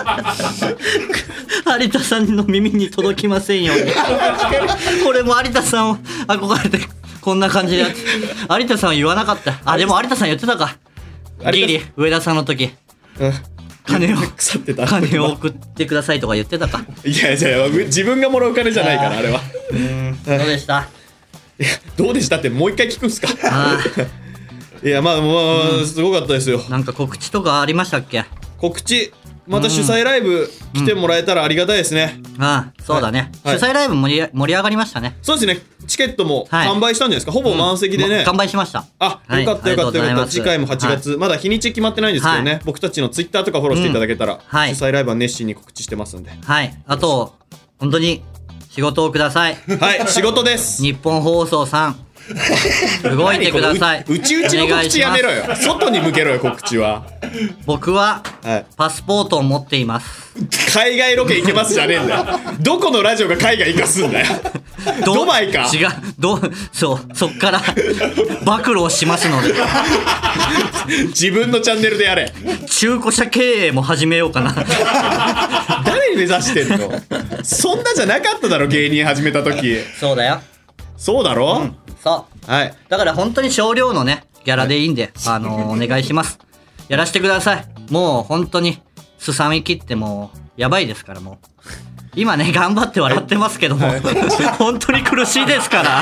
Speaker 1: 有田さんの耳に届きませんように。俺も有田さんを憧れてこんな感じでやって。有田さんは言わなかった。でも有田さん言ってたか。ギリ上田さんの時、金を送ってくださいとか言ってたか。
Speaker 2: いや自分がもらう金じゃないからあれは。
Speaker 1: どうでした。
Speaker 2: いやどうでしたってもう一回聞くんすか。いやまあすごかったですよ。
Speaker 1: なんか告知とかありましたっけ。
Speaker 2: 告知また主催ライブ来てもらえたらありがたいですね。
Speaker 1: そうだね、主催ライブ盛り上がりましたね。
Speaker 2: そうですね。チケットも完売したんじゃないですか。ほぼ満席でね。
Speaker 1: 完売しました。
Speaker 2: よかったよかった。次回も8月、まだ日にち決まってないんですけどね、僕たちのツイッターとかフォローしていただけたら、主催ライブは熱心に告知してますんで。
Speaker 1: あと本当に仕事をください。
Speaker 2: 仕事です。
Speaker 1: 日本放送さん動いてください。
Speaker 2: うちの告知やめろよ。外に向けろよ告知は。
Speaker 1: 僕はパスポートを持っています。
Speaker 2: 海外ロケ行けますじゃねえんだよ。どこのラジオが海外行かすんだよ。ドバイか。
Speaker 1: 違う。そっから暴露をしますので。
Speaker 2: 自分のチャンネルでやれ。
Speaker 1: 中古車経営も始めようかな。
Speaker 2: 誰目指してんの。そんなじゃなかっただろ芸人始めた時。
Speaker 1: そうだよ。
Speaker 2: そうだろ。
Speaker 1: そう。だから本当に少量のねギャラでいいんで、お願いします。やらせてください。もう本当にすさみ切ってもうやばいですから。もう今ね頑張って笑ってますけども、本当に苦しいですから。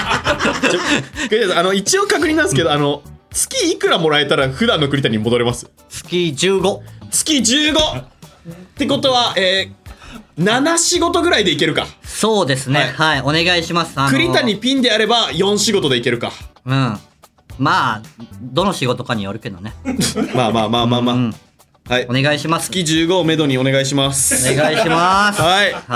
Speaker 2: 一応確認なんですけど、月いくらもらえたら普段の栗谷に戻れます。
Speaker 1: 月15。
Speaker 2: 月 15ってことは7仕事ぐらいでいけるか。
Speaker 1: そうですね。お願いします。
Speaker 2: 栗谷ピンであれば4仕事でいけるか。
Speaker 1: まあどの仕事かによるけどね。
Speaker 2: まあ
Speaker 1: お願いします。
Speaker 2: 月15をめどにお願いします。
Speaker 1: お願いします。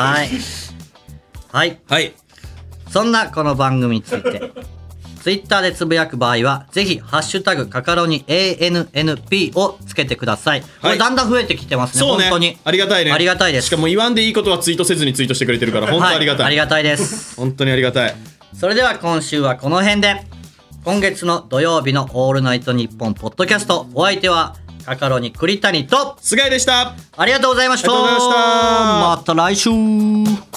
Speaker 2: はい。
Speaker 1: そんなこの番組についてツイッターでつぶやく場合はぜひハッシュタグカカロニ ANNP をつけてください。これだんだん増えてきてますね。本当に
Speaker 2: ありがたいね。
Speaker 1: ありがたいです。
Speaker 2: しかも言わんでいいことはツイートせずにツイートしてくれてるから本当ありがたい。
Speaker 1: ありがたいです。
Speaker 2: 本当にありがたい。
Speaker 1: それでは今週はこの辺で。今月の土曜日のオールナイトニッポンポッドキャスト、お相手はカカロニ栗谷と
Speaker 2: 菅井でした。
Speaker 1: ありがとうございました。
Speaker 2: ありがとうございました。
Speaker 1: また来週。